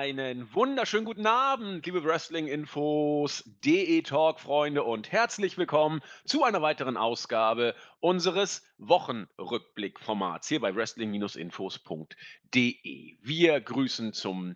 Einen wunderschönen guten Abend, liebe Wrestling-Infos, DE-Talk-Freunde und herzlich willkommen zu einer weiteren Ausgabe unseres Wochenrückblick-Formats hier bei wrestling-infos.de. Wir grüßen zum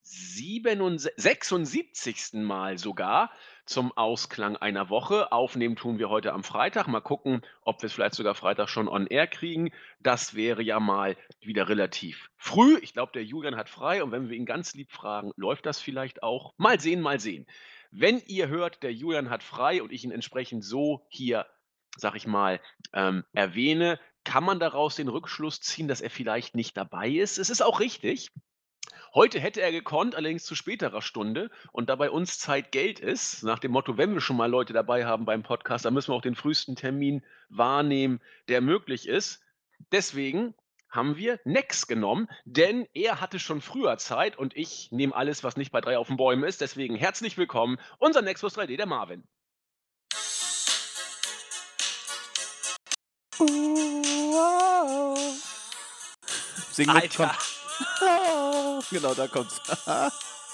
76. Mal sogar zum Ausklang einer Woche. Aufnehmen tun wir heute am Freitag. Mal gucken, ob wir es vielleicht sogar Freitag schon on air kriegen. Das wäre ja mal wieder relativ früh. Ich glaube, der Julian hat frei und wenn wir ihn ganz lieb fragen, läuft das vielleicht auch? Mal sehen, mal sehen. Wenn ihr hört, der Julian hat frei und ich ihn entsprechend so hier, sag ich mal, erwähne, kann man daraus den Rückschluss ziehen, dass er vielleicht nicht dabei ist. Es ist auch richtig. Heute hätte er gekonnt, allerdings zu späterer Stunde. Und da bei uns Zeit Geld ist, nach dem Motto, wenn wir schon mal Leute dabei haben beim Podcast, dann müssen wir auch den frühesten Termin wahrnehmen, der möglich ist. Deswegen haben wir Nex genommen, denn er hatte schon früher Zeit und ich nehme alles, was nicht bei 3 auf den Bäumen ist. Deswegen herzlich willkommen, unser Nexus 3D, der Marvin. Sing mit, komm. Alter, Genau, da kommt's. Ja,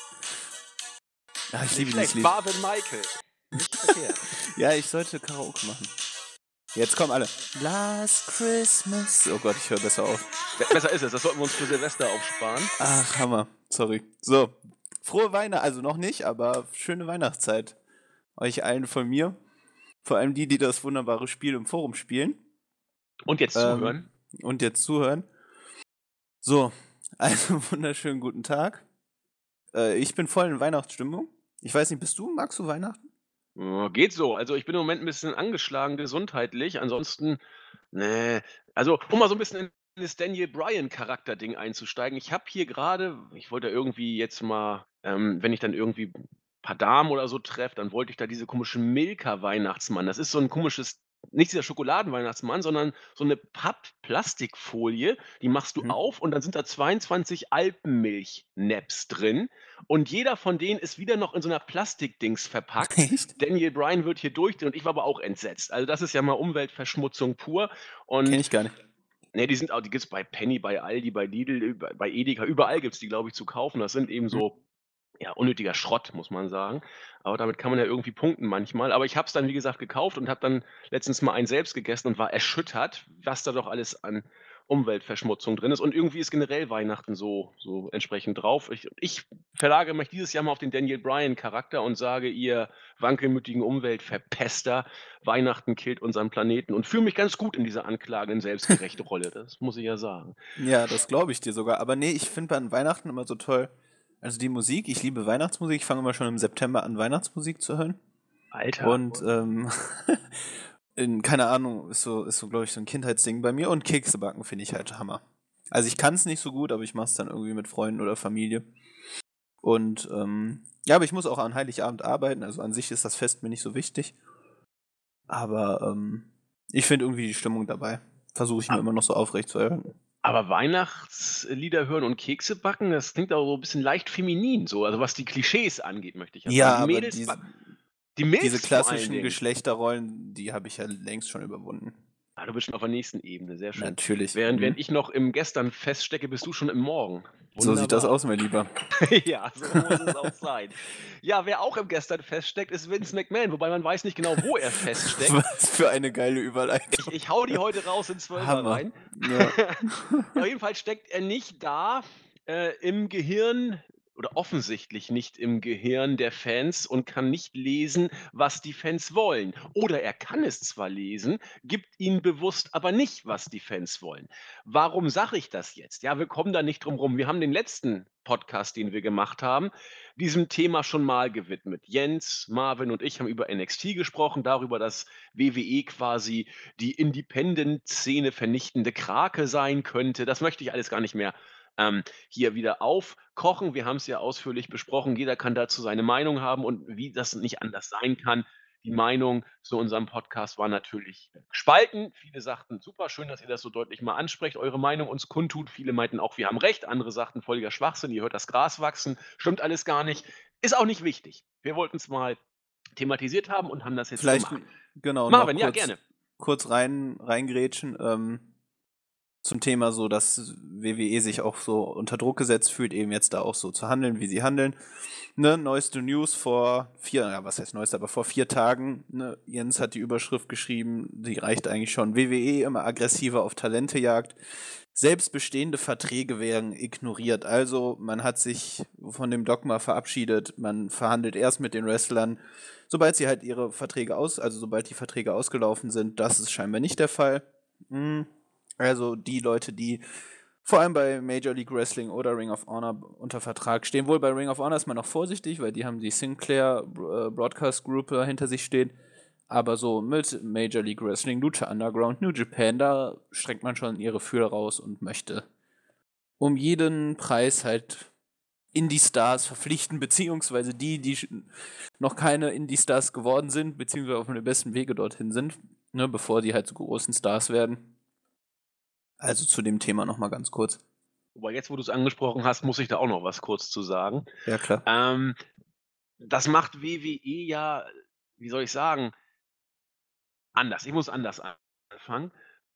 ich liebe dieses schlecht. Lied. Marvin Michael. Nicht verkehrt. Ja, ich sollte Karaoke machen. Jetzt kommen alle. Last Christmas. Oh Gott, ich höre besser auf. Besser ist es, das sollten wir uns für Silvester aufsparen. Ach, Hammer. Sorry. So, frohe Weihnachten. Also noch nicht, aber schöne Weihnachtszeit. Euch allen von mir. Vor allem die das wunderbare Spiel im Forum spielen. Und jetzt zuhören. Und jetzt zuhören. So, also wunderschönen guten Tag. Ich bin voll in Weihnachtsstimmung. Ich weiß nicht, magst du Weihnachten? Geht so. Also, ich bin im Moment 'n bisschen angeschlagen gesundheitlich. Ansonsten, ne. Also, um mal so 'n bisschen in das Daniel Bryan Charakterding einzusteigen. Ich habe hier grade ich wollte irgendwie jetzt mal, wenn ich dann irgendwie paar Damen oder so treffe, dann wollte ich da diese komische Milka-Weihnachtsmann. Das ist so 'n komisches nicht dieser Schokoladenweihnachtsmann, sondern so 'ne Plastikfolie, die machst du Mhm. auf und dann sind da 22 Alpenmilch-Naps drin und jeder von denen ist wieder noch in so 'ner Plastikdings verpackt. Echt? Daniel Bryan wird hier durchdrehen und ich war aber auch entsetzt. Also, das ist ja mal Umweltverschmutzung pur Kenn und ich gar nicht. ne, die gibt's bei Penny, bei Aldi, bei Lidl, bei Edeka, überall gibt's die, glaube ich, zu kaufen. Das sind eben Mhm. so, ja, unnötiger Schrott, muss man sagen. Aber damit kann man ja irgendwie punkten manchmal. Aber ich habe es dann, wie gesagt, gekauft und habe dann letztens mal einen selbst gegessen und war erschüttert, was da doch alles an Umweltverschmutzung drin ist. Und irgendwie ist generell Weihnachten so entsprechend drauf. Ich verlagere mich dieses Jahr mal auf den Daniel Bryan Charakter und sage: „Ihr wankelmütigen Umweltverpester, Weihnachten killt unseren Planeten“, und fühle mich ganz gut in dieser anklagenden, selbstgerechte Rolle. Das muss ich ja sagen. Ja, das glaube ich dir sogar. Aber nee, ich finde an Weihnachten immer so toll. Also die Musik, ich liebe Weihnachtsmusik. Ich fange immer schon im September an, Weihnachtsmusik zu hören. Alter. Und keine Ahnung, ist so, glaube ich, so ein Kindheitsding bei mir. Und Kekse backen finde ich halt Hammer. Also ich kann es nicht so gut, aber ich mache es dann irgendwie mit Freunden oder Familie. Und ja, aber ich muss auch an Heiligabend arbeiten. Also an sich ist das Fest mir nicht so wichtig. Aber ich finde irgendwie die Stimmung dabei. Versuche ich mir immer noch so aufrecht zu erhalten. Aber Weihnachtslieder hören und Kekse backen, das klingt auch so 'n bisschen leicht feminin so, also was die Klischees angeht, möchte ich ja sagen. Ja, Die aber Mädels diese, die diese Milfs vor allen klassischen Dingen. Geschlechterrollen, die habe ich ja längst schon überwunden. Ah, du bist schon auf der nächsten Ebene, sehr schön. Natürlich. Während ich noch im Gestern feststecke, bist du schon im Morgen. So sieht das Wunderbar. aus, mein Lieber. Ja, so muss es auch sein. Ja, wer auch im Gestern feststeckt, ist Vince McMahon, wobei man weiß nicht genau, wo er feststeckt. Was für eine geile Überleitung. Ich haue die heute raus in 12er Hammer. rein. Ja. Ja, auf jeden Fall steckt er nicht da, im Gehirn oder offensichtlich nicht im Gehirn der Fans und kann nicht lesen, was die Fans wollen. Oder er kann es zwar lesen, gibt ihnen bewusst aber nicht, was die Fans wollen. Warum sage ich das jetzt? Ja, wir kommen da nicht drum rum. Wir haben den letzten Podcast, den wir gemacht haben, diesem Thema schon mal gewidmet. Jens, Marvin und ich haben über NXT gesprochen, darüber, dass WWE quasi die Independent-Szene vernichtende Krake sein könnte. Das möchte ich alles gar nicht mehr hier wieder aufkochen. Wir haben es ja ausführlich besprochen. Jeder kann dazu seine Meinung haben und wie das nicht anders sein kann. Die Meinung zu unserem Podcast war natürlich gespalten. Viele sagten, super, schön, dass ihr das so deutlich mal ansprecht, eure Meinung uns kundtut. Viele meinten auch, wir haben recht. Andere sagten, völliger Schwachsinn, ihr hört das Gras wachsen. Stimmt alles gar nicht. Ist auch nicht wichtig. Wir wollten es mal thematisiert haben und haben das jetzt Vielleicht, gemacht. genau, noch Marvin, ja, kurz, gerne. kurz reingrätschen. zum Thema so, dass WWE sich auch so unter Druck gesetzt fühlt, eben jetzt da auch so zu handeln, wie sie handeln. Ne, neueste News vor 4 Tagen, ne, Jens hat die Überschrift geschrieben, die reicht eigentlich schon. WWE immer aggressiver auf Talente jagt. Selbst bestehende Verträge werden ignoriert. Also man hat sich von dem Dogma verabschiedet, man verhandelt erst mit den Wrestlern, sobald sie halt sobald die Verträge ausgelaufen sind. Das ist scheinbar nicht der Fall. Also die Leute, die vor allem bei Major League Wrestling oder Ring of Honor unter Vertrag stehen. Wohl bei Ring of Honor ist man noch vorsichtig, weil die haben die Sinclair Broadcast Group hinter sich stehen. Aber so mit Major League Wrestling, Lucha Underground, New Japan, da streckt man schon ihre Fühler raus und möchte um jeden Preis halt Indie-Stars verpflichten, beziehungsweise die noch keine Indie-Stars geworden sind, beziehungsweise auf dem besten Wege dorthin sind, ne, bevor die halt zu großen Stars werden. Also zu dem Thema nochmal ganz kurz. Wobei jetzt, wo du es angesprochen hast, muss ich da auch noch was kurz zu sagen. Ja, klar. Das macht WWE ja, wie soll ich sagen, anders. Ich muss anders anfangen.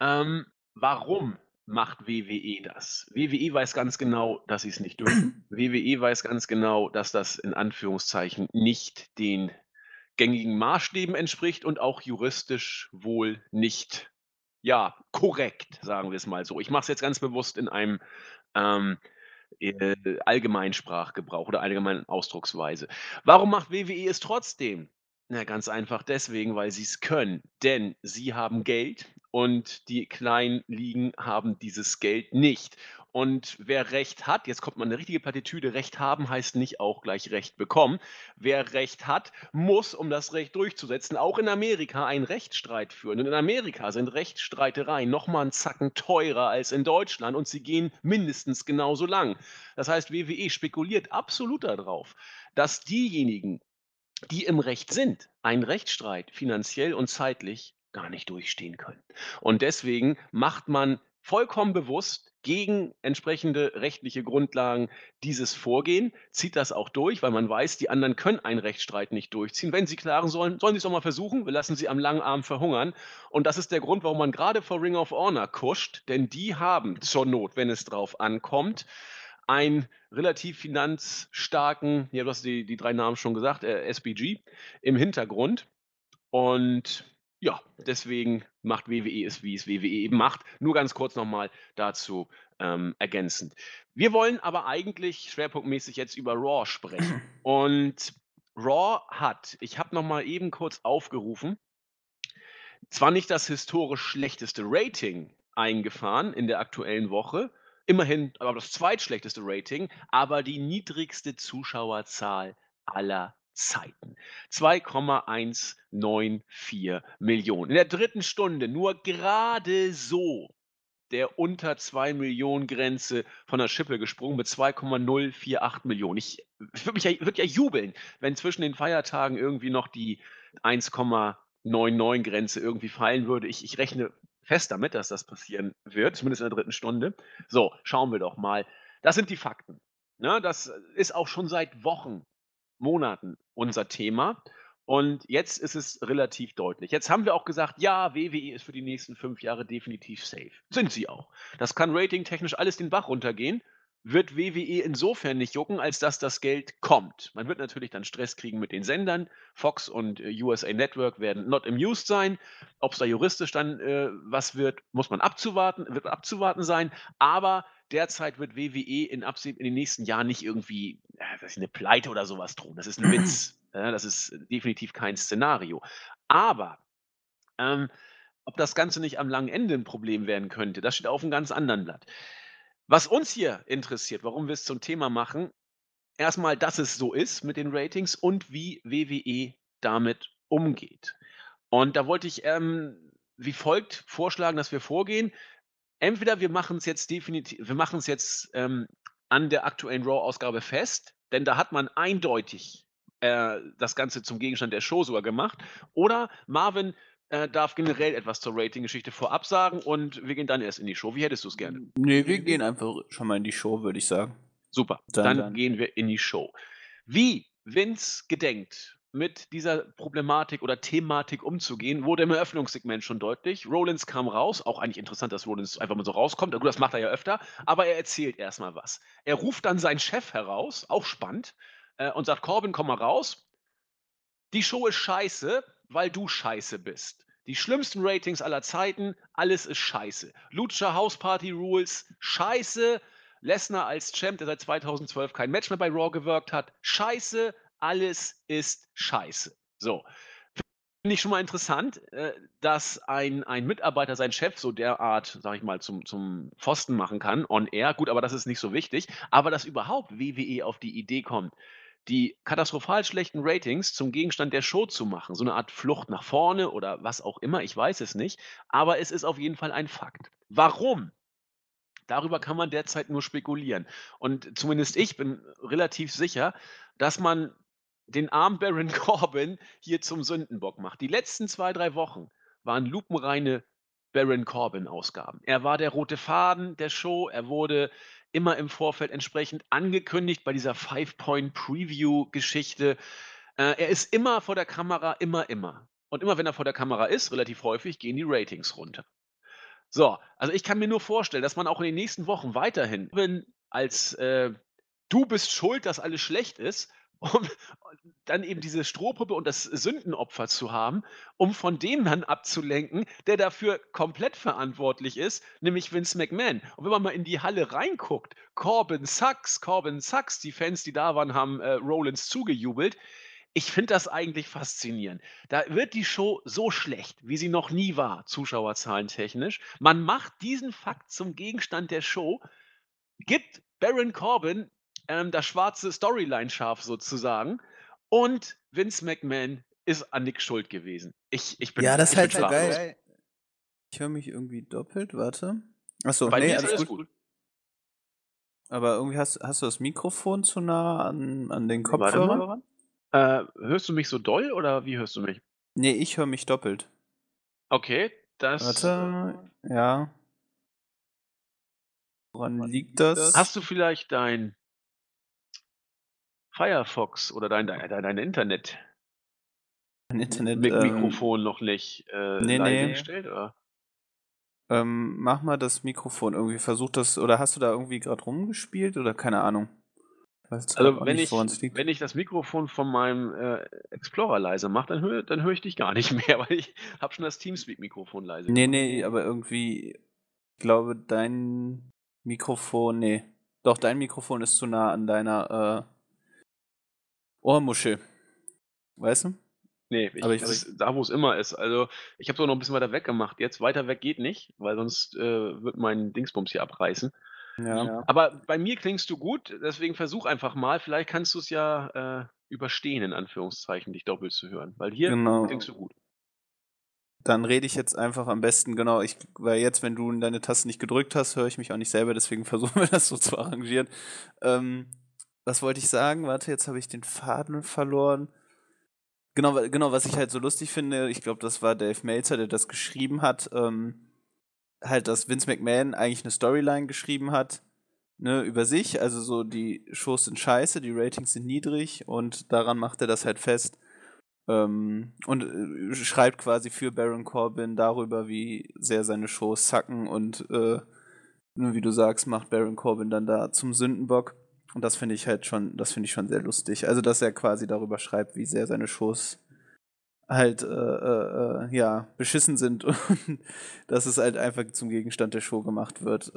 Warum macht WWE das? WWE weiß ganz genau, dass sie es nicht dürfen. WWE weiß ganz genau, dass das in Anführungszeichen nicht den gängigen Maßstäben entspricht und auch juristisch wohl nicht, ja, korrekt, sagen wir es mal so. Ich mache es jetzt ganz bewusst in einem, ähm, allgemeinen Sprachgebrauch oder allgemeinen Ausdrucksweise. Warum macht WWE es trotzdem? Na, ganz einfach deswegen, weil sie es können. Denn sie haben Geld und die kleinen Ligen haben dieses Geld nicht. Und wer Recht hat, jetzt kommt mal 'ne richtige Plattitüde, Recht haben heißt nicht auch gleich Recht bekommen. Wer Recht hat, muss, um das Recht durchzusetzen, auch in Amerika einen Rechtsstreit führen. Und in Amerika sind Rechtsstreitereien noch mal 'n Zacken teurer als in Deutschland und sie gehen mindestens genauso lang. Das heißt, WWE spekuliert absolut da drauf, dass diejenigen, die im Recht sind, einen Rechtsstreit finanziell und zeitlich gar nicht durchstehen können. Und deswegen macht man vollkommen bewusst gegen entsprechende rechtliche Grundlagen dieses Vorgehen, zieht das auch durch, weil man weiß, die anderen können einen Rechtsstreit nicht durchziehen. Wenn sie klagen sollen, sollen sie es doch mal versuchen. Wir lassen sie am langen Arm verhungern. Und das ist der Grund, warum man gerade vor Ring of Honor kuscht, denn die haben zur Not, wenn es drauf ankommt, einen relativ finanzstarken, ja, du hast die 3 Namen schon gesagt, SBG im Hintergrund. Und ja, deswegen macht WWE es, wie es WWE eben macht. Nur ganz kurz noch mal dazu, ergänzend. Wir wollen aber eigentlich schwerpunktmäßig jetzt über Raw sprechen. Und Raw hat, ich habe noch mal eben kurz aufgerufen, zwar nicht das historisch schlechteste Rating eingefahren in der aktuellen Woche, immerhin aber das zweitschlechteste Rating, aber die niedrigste Zuschauerzahl aller Zeiten. 2,194 Millionen. In der 3. Stunde nur gerade so der unter 2 Millionen Grenze von der Schippe gesprungen mit 2,048 Millionen. Ich würde ja jubeln, wenn zwischen den Feiertagen irgendwie noch die 1,99 Grenze irgendwie fallen würde. Ich rechne fest damit, dass das passieren wird, zumindest in der 3. Stunde. So, schauen wir doch mal. Das sind die Fakten. Ne, das ist auch schon seit Wochen, Monaten unser Thema. Und jetzt ist es relativ deutlich. Jetzt haben wir auch gesagt, ja, WWE ist für die nächsten 5 Jahre definitiv safe. Sind sie auch. Das kann ratingtechnisch alles den Bach runtergehen, wird WWE insofern nicht jucken, als dass das Geld kommt. Man wird natürlich dann Stress kriegen mit den Sendern. Fox und USA Network werden not amused sein. Ob es da juristisch dann was wird, wird abzuwarten sein. Aber derzeit wird WWE in den nächsten Jahren nicht irgendwie, weiß ich, 'ne Pleite oder sowas drohen. Das ist ein Witz. Das ist definitiv kein Szenario. Aber, ähm, ob das Ganze nicht am langen Ende ein Problem werden könnte, das steht auf 'm ganz anderen Blatt. Was uns hier interessiert, warum wir es zum Thema machen, erstmal, dass es so ist mit den Ratings und wie WWE damit umgeht. Und da wollte ich, wie folgt vorschlagen, dass wir vorgehen. Entweder wir machen es jetzt, an der aktuellen Raw-Ausgabe fest, denn da hat man eindeutig, das Ganze zum Gegenstand der Show sogar gemacht. Oder Marvin, darf generell etwas zur Rating-Geschichte vorab sagen und wir gehen dann erst in die Show. Wie hättest du es gerne? Nee, wir gehen einfach schon mal in die Show, würde ich sagen. Super, dann gehen wir in die Show. Wie Vince gedenkt mit dieser Problematik oder Thematik umzugehen, wurde im Eröffnungssegment schon deutlich. Rollins kam raus, auch eigentlich interessant, dass Rollins einfach mal so rauskommt. Na gut, das macht er ja öfter, aber er erzählt erst mal was. Er ruft dann seinen Chef heraus, auch spannend, und sagt: „Corbin, komm mal raus. Die Show ist scheiße, weil du scheiße bist. Die schlimmsten Ratings aller Zeiten, alles ist scheiße. Lucha House Party Rules, scheiße. Lesnar als Champ, der seit 2012 kein Match mehr bei Raw gewirkt hat, scheiße. Alles ist scheiße. So, finde ich schon mal interessant, dass ein Mitarbeiter seinen Chef so derart, sage ich mal, zum Pfosten machen kann on air. Gut, aber das ist nicht so wichtig. Aber dass überhaupt WWE auf die Idee kommt, die katastrophal schlechten Ratings zum Gegenstand der Show zu machen, so 'ne Art Flucht nach vorne oder was auch immer, ich weiß es nicht, aber es ist auf jeden Fall ein Fakt. Warum? Darüber kann man derzeit nur spekulieren. Und zumindest ich bin relativ sicher, dass man den armen Baron Corbin hier zum Sündenbock macht. Die letzten 2, 3 Wochen waren lupenreine Baron Corbin-Ausgaben. Er war der rote Faden der Show. Er wurde immer im Vorfeld entsprechend angekündigt bei dieser Five-Point-Preview-Geschichte. Er ist immer vor der Kamera, immer, immer. Und immer wenn er vor der Kamera ist, relativ häufig, gehen die Ratings runter. So, also ich kann mir nur vorstellen, dass man auch in den nächsten Wochen weiterhin wenn als, „Du bist schuld, dass alles schlecht ist“, und dann eben diese Strohpuppe und das Sündenopfer zu haben, um von dem dann abzulenken, der dafür komplett verantwortlich ist, nämlich Vince McMahon. Und wenn man mal in die Halle reinguckt, Corbin sucks, die Fans, die da waren, haben, Rollins zugejubelt. Ich finde das eigentlich faszinierend. Da wird die Show so schlecht, wie sie noch nie war, zuschauerzahlentechnisch. Man macht diesen Fakt zum Gegenstand der Show, gibt Baron Corbin, das schwarze Storyline-Schaf sozusagen und Vince McMahon ist an nix schuld gewesen. Ja, das ist Ich bin halt so sprachlos. geil. Ich höre mich irgendwie doppelt, warte. Achso, Bei nee, mir ist alles alles gut. gut. Aber irgendwie hast du das Mikrofon zu nah an den Warte mal. Kopfhörern? Hörst du mich so doll oder wie hörst du mich? Nee, ich höre mich doppelt. Okay, das Warte, ja. Woran liegt das? hast du vielleicht dein Firefox oder dein Internet Mein Internet, Mikrofon noch nicht, nee, leise nee. gestellt, oder? Mach mal das Mikrofon irgendwie. Versuch das, oder hast du da irgendwie gerade rumgespielt oder keine Ahnung? Ich weiß jetzt gerade Also, auch nicht, woran es liegt. wenn ich das Mikrofon von meinem, Explorer leise mache, dann höre ich dich gar nicht mehr, weil ich habe schon das Teamspeak-Mikrofon leise Nee, gemacht. nee, aber irgendwie, ich glaube, dein Mikrofon, nee. Doch, dein Mikrofon ist zu nah an deiner Ohrmuschel. Weißt du? Ne, Aber es ist da, wo es immer ist. Also, ich habe es auch noch 'n bisschen weiter weg gemacht jetzt. Weiter weg geht nicht, weil sonst, wird mein Dingsbums hier abreißen. ja. Aber bei mir klingst du gut, deswegen versuch einfach mal. Vielleicht kannst du's ja, überstehen, in Anführungszeichen, dich doppelt zu hören, weil hier Genau. klingst du gut. Dann rede ich jetzt einfach am besten, genau, weil jetzt, wenn du deine Taste nicht gedrückt hast, höre ich mich auch nicht selber, deswegen versuchen wir das so zu arrangieren. Was wollte ich sagen? Warte, jetzt habe ich den Faden verloren. Genau, genau, was ich halt so lustig finde, ich glaube, das war Dave Meltzer, der das geschrieben hat, halt, dass Vince McMahon eigentlich eine Storyline geschrieben hat, ne, über sich, also so, die Shows sind scheiße, die Ratings sind niedrig und daran macht er das halt fest. Und schreibt quasi für Baron Corbin darüber, wie sehr seine Shows sacken und nur wie du sagst, macht Baron Corbin dann da zum Sündenbock. Und das finde ich halt schon, das finde ich schon sehr lustig. Also, dass er quasi darüber schreibt, wie sehr seine Shows halt, ja, beschissen sind und dass es halt einfach zum Gegenstand der Show gemacht wird.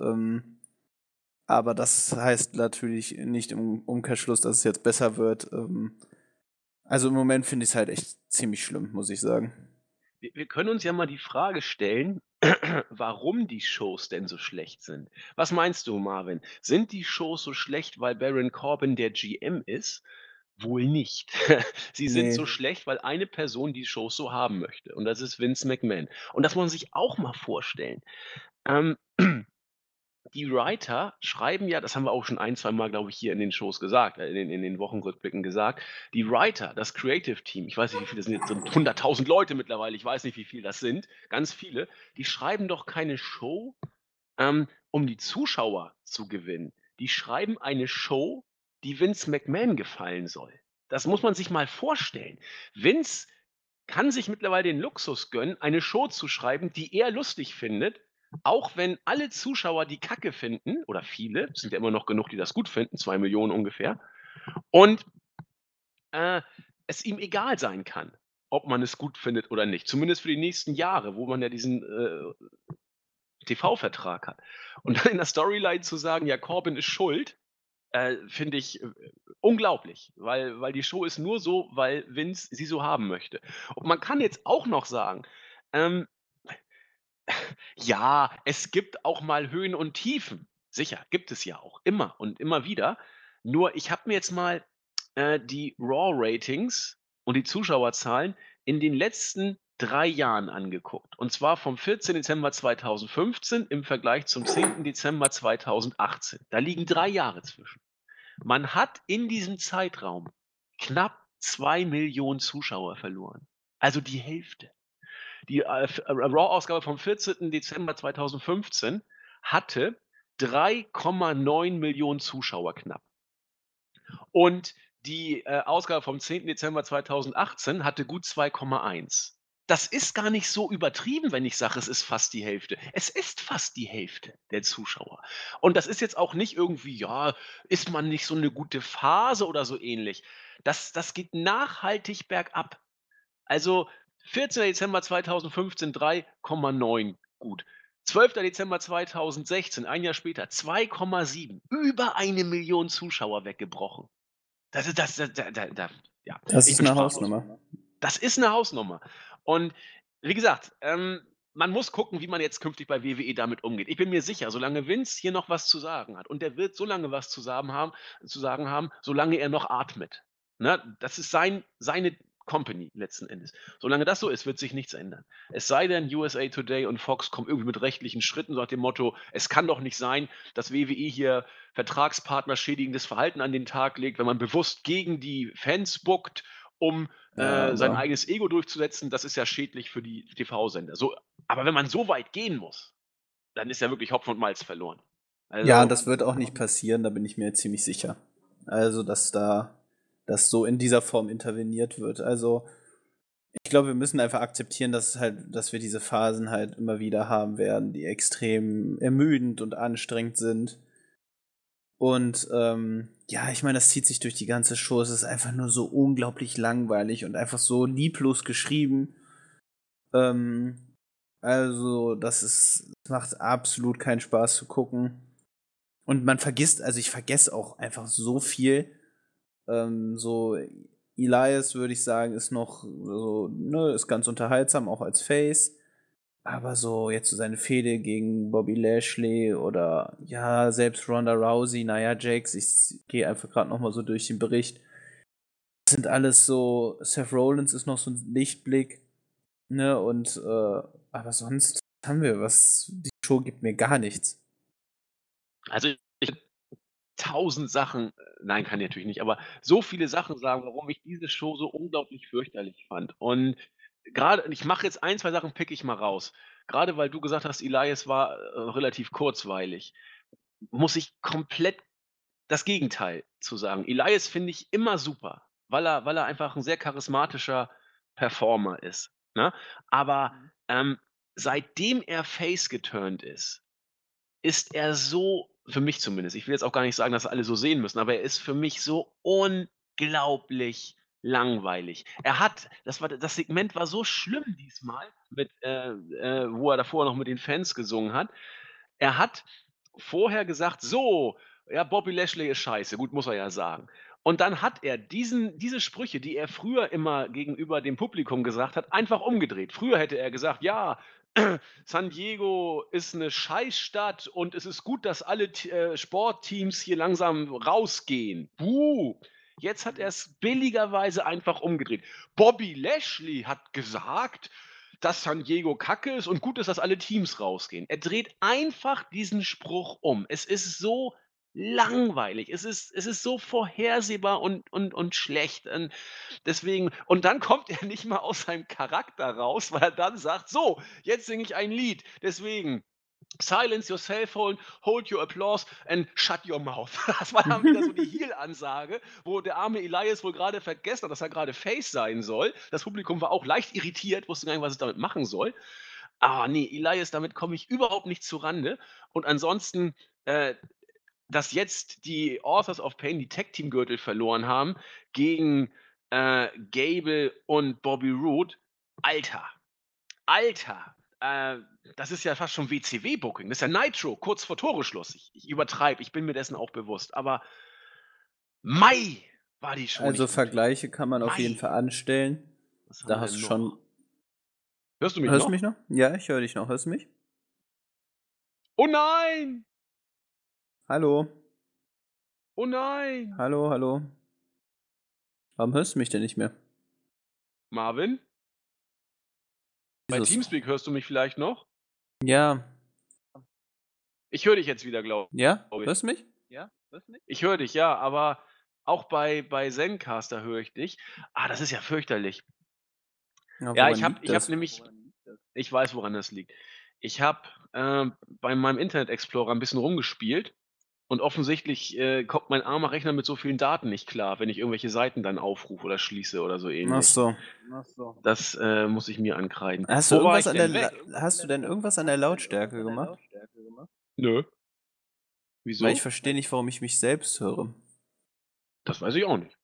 Aber das heißt natürlich nicht im Umkehrschluss, dass es jetzt besser wird. Also im Moment finde ich es halt echt ziemlich schlimm, muss ich sagen. Wir können uns ja mal die Frage stellen, warum die Shows denn so schlecht sind. Was meinst du, Marvin? Sind die Shows so schlecht, weil Baron Corbin der GM ist? Wohl nicht. Sie sind Nee. so schlecht, weil eine Person die Shows so haben möchte und das ist Vince McMahon. Und das muss man sich auch mal vorstellen. Ähm, die Writer schreiben ja, das haben wir auch schon ein, zweimal, glaube ich, hier in den Shows gesagt, in den Wochenrückblicken gesagt, die Writer, das Creative Team, ich weiß nicht, wie viele das sind, jetzt sind 100.000 Leute mittlerweile, ich weiß nicht, wie viel das sind, ganz viele, die schreiben doch keine Show, um die Zuschauer zu gewinnen. Die schreiben eine Show, die Vince McMahon gefallen soll. das muss man sich mal vorstellen. Vince kann sich mittlerweile den Luxus gönnen, eine Show zu schreiben, die er lustig findet, auch wenn alle Zuschauer die Kacke finden oder viele, es sind ja immer noch genug, die das gut finden, 2 Millionen ungefähr, und, äh, es ihm egal sein kann, ob man es gut findet oder nicht. Zumindest für die nächsten Jahre, wo man ja diesen, TV-Vertrag hat. Und dann in der Storyline zu sagen: „Ja, Corbin ist schuld", finde ich, unglaublich, weil die Show ist nur so, weil Vince sie so haben möchte. Und man kann jetzt auch noch sagen, ähm, ja, es gibt auch mal Höhen und Tiefen. Sicher, gibt es ja auch immer und immer wieder. Nur ich habe mir jetzt mal, die Raw-Ratings und die Zuschauerzahlen in den letzten 3 Jahren angeguckt. Und zwar vom 14. Dezember 2015 im Vergleich zum 10. Dezember 2018. Da liegen 3 Jahre zwischen. Man hat in diesem Zeitraum knapp 2 Millionen Zuschauer verloren. Also die Hälfte. Die, Raw-Ausgabe vom 14. Dezember 2015 hatte 3,9 Millionen Zuschauer knapp. Und die, Ausgabe vom 10. Dezember 2018 hatte gut 2,1. Das ist gar nicht so übertrieben, wenn ich sage, es ist fast die Hälfte. Es ist fast die Hälfte der Zuschauer. Und das ist jetzt auch nicht irgendwie, ja, ist man nicht so eine gute Phase oder so ähnlich. Das geht nachhaltig bergab. Also, 14. Dezember 2015 3,9 gut. 12. Dezember 2016, ein Jahr später, 2,7. Über 1 Million Zuschauer weggebrochen. Das ist da ja, Das ich ist bin eine sprachlos. Hausnummer. Das ist 'ne Hausnummer. Und wie gesagt, man muss gucken, wie man jetzt künftig bei WWE damit umgeht. Ich bin mir sicher, solange Vince hier noch was zu sagen hat und der wird so lange was zu sagen haben, solange er noch atmet. Ne? Das ist seine Company letzten Endes. Solange das so ist, wird sich nichts ändern. Es sei denn, USA Today und Fox kommen irgendwie mit rechtlichen Schritten, so nach dem Motto: „Es kann doch nicht sein, dass WWE hier Vertragspartner schädigendes Verhalten an den Tag legt, wenn man bewusst gegen die Fans bookt, um Ja, sein aber eigenes Ego durchzusetzen, das ist ja schädlich für die TV-Sender. So, aber wenn man so weit gehen muss, dann ist ja wirklich Hopfen und Malz verloren. ja, Also, das wird auch nicht passieren, da bin ich mir ziemlich sicher. Also, dass da das so in dieser Form interveniert wird. Also, ich glaube, wir müssen einfach akzeptieren, dass wir diese Phasen halt immer wieder haben werden, die extrem ermüdend und anstrengend sind. Und ja, ich meine, das zieht sich durch die ganze Show. Es ist einfach nur so unglaublich langweilig und einfach so lieblos geschrieben. Ähm, also, es macht absolut keinen Spaß zu gucken. Und man vergisst, also ich vergesse auch einfach so viel. So, Elias, würde ich sagen, ist noch so, ne, ist ganz unterhaltsam, auch als Face. Aber so jetzt so seine Fehde gegen Bobby Lashley oder ja, selbst Ronda Rousey, Nia Jax, ich gehe einfach gerade noch mal so durch den Bericht. Das sind alles so, Seth Rollins ist noch so ein Lichtblick, ne, und aber sonst haben wir was, die Show gibt mir gar nichts. also ich 1000 Sachen, nein, kann ich natürlich nicht, aber so viele Sachen sagen, warum ich diese Show so unglaublich fürchterlich fand. Und gerade, ich mache jetzt ein 2 Sachen picke ich mal raus. Gerade weil du gesagt hast, Elias war, relativ kurzweilig, muss ich komplett das Gegenteil zu sagen. Elias finde ich immer super, weil er einfach 'n sehr charismatischer Performer ist, ne? Aber, seitdem er Face geturnt ist er so, für mich zumindest, ich will jetzt auch gar nicht sagen, dass alle so sehen müssen, aber er ist für mich so unglaublich langweilig. Das Segment war so schlimm diesmal mit, wo er davor noch mit den Fans gesungen hat. Er hat vorher gesagt: „So, ja, Bobby Lashley ist scheiße." Gut, muss er ja sagen. Und dann hat er diese Sprüche, die er früher immer gegenüber dem Publikum gesagt hat, einfach umgedreht. Früher hätte er gesagt: „Ja, San Diego ist 'ne Scheißstadt und es ist gut, dass alle Sportteams hier langsam rausgehen. Buh." Jetzt hat er's billigerweise einfach umgedreht. Bobby Lashley hat gesagt, dass San Diego Kacke ist und gut ist, dass alle Teams rausgehen. Er dreht einfach diesen Spruch um. Es ist so langweilig. Es ist so vorhersehbar und schlecht. Deswegen, und dann kommt er nicht mal aus seinem Charakter raus, weil er dann sagt: „So, jetzt singe ich ein Lied." Deswegen, Silence your cell phone, hold your applause and shut your mouth. Das war dann wieder so die Heel-Ansage, wo der arme Elias wohl gerade vergessen hat, dass er gerade Face sein soll. Das Publikum war auch leicht irritiert, wusste gar nicht, was es damit machen soll. Ah ne, Elias, damit komme ich überhaupt nicht zurande. Und ansonsten, äh, dass jetzt die Authors of Pain die Tag-Team-Gürtel verloren haben gegen, Gable und Bobby Roode. Alter, Alter, das ist ja fast schon WCW-Booking. Das ist ja Nitro, kurz vor Toreschluss. Ich übertreibe, ich bin mir dessen auch bewusst, aber Mei, war die Show Also nicht gut. Vergleiche kann man auf jeden Mei, Fall anstellen. was haben Da wir hast denn du noch? schon. Hörst du mich Hörst du noch? mich noch? Ja, ich höre dich noch. Hörst du mich? Oh nein! Hallo? Oh nein! Hallo, hallo? Warum hörst du mich denn nicht mehr? Marvin, bei Jesus. Teamspeak hörst du mich vielleicht noch? Ja. Ich höre dich jetzt wieder, glaube Ja? ich. Hörst du mich? Ich höre dich, ja, aber auch bei Zencaster höre ich dich. Ah, das ist ja fürchterlich. Ja, Ja, woran liegt ich habe das? nämlich ich weiß, woran das liegt. Ich habe, bei meinem Internet Explorer 'n bisschen rumgespielt und offensichtlich, kommt mein armer Rechner mit so vielen Daten nicht klar, wenn ich irgendwelche Seiten dann aufrufe oder schließe oder so Ach ähnlich. so. Das, muss ich mir ankreiden. Hast du Wo war irgendwas ich an der denn La weg? Hast du denn irgendwas an der Lautstärke gemacht? Nö. Weil ich Wieso? verstehe nicht, warum ich mich selbst höre. Das weiß ich auch nicht.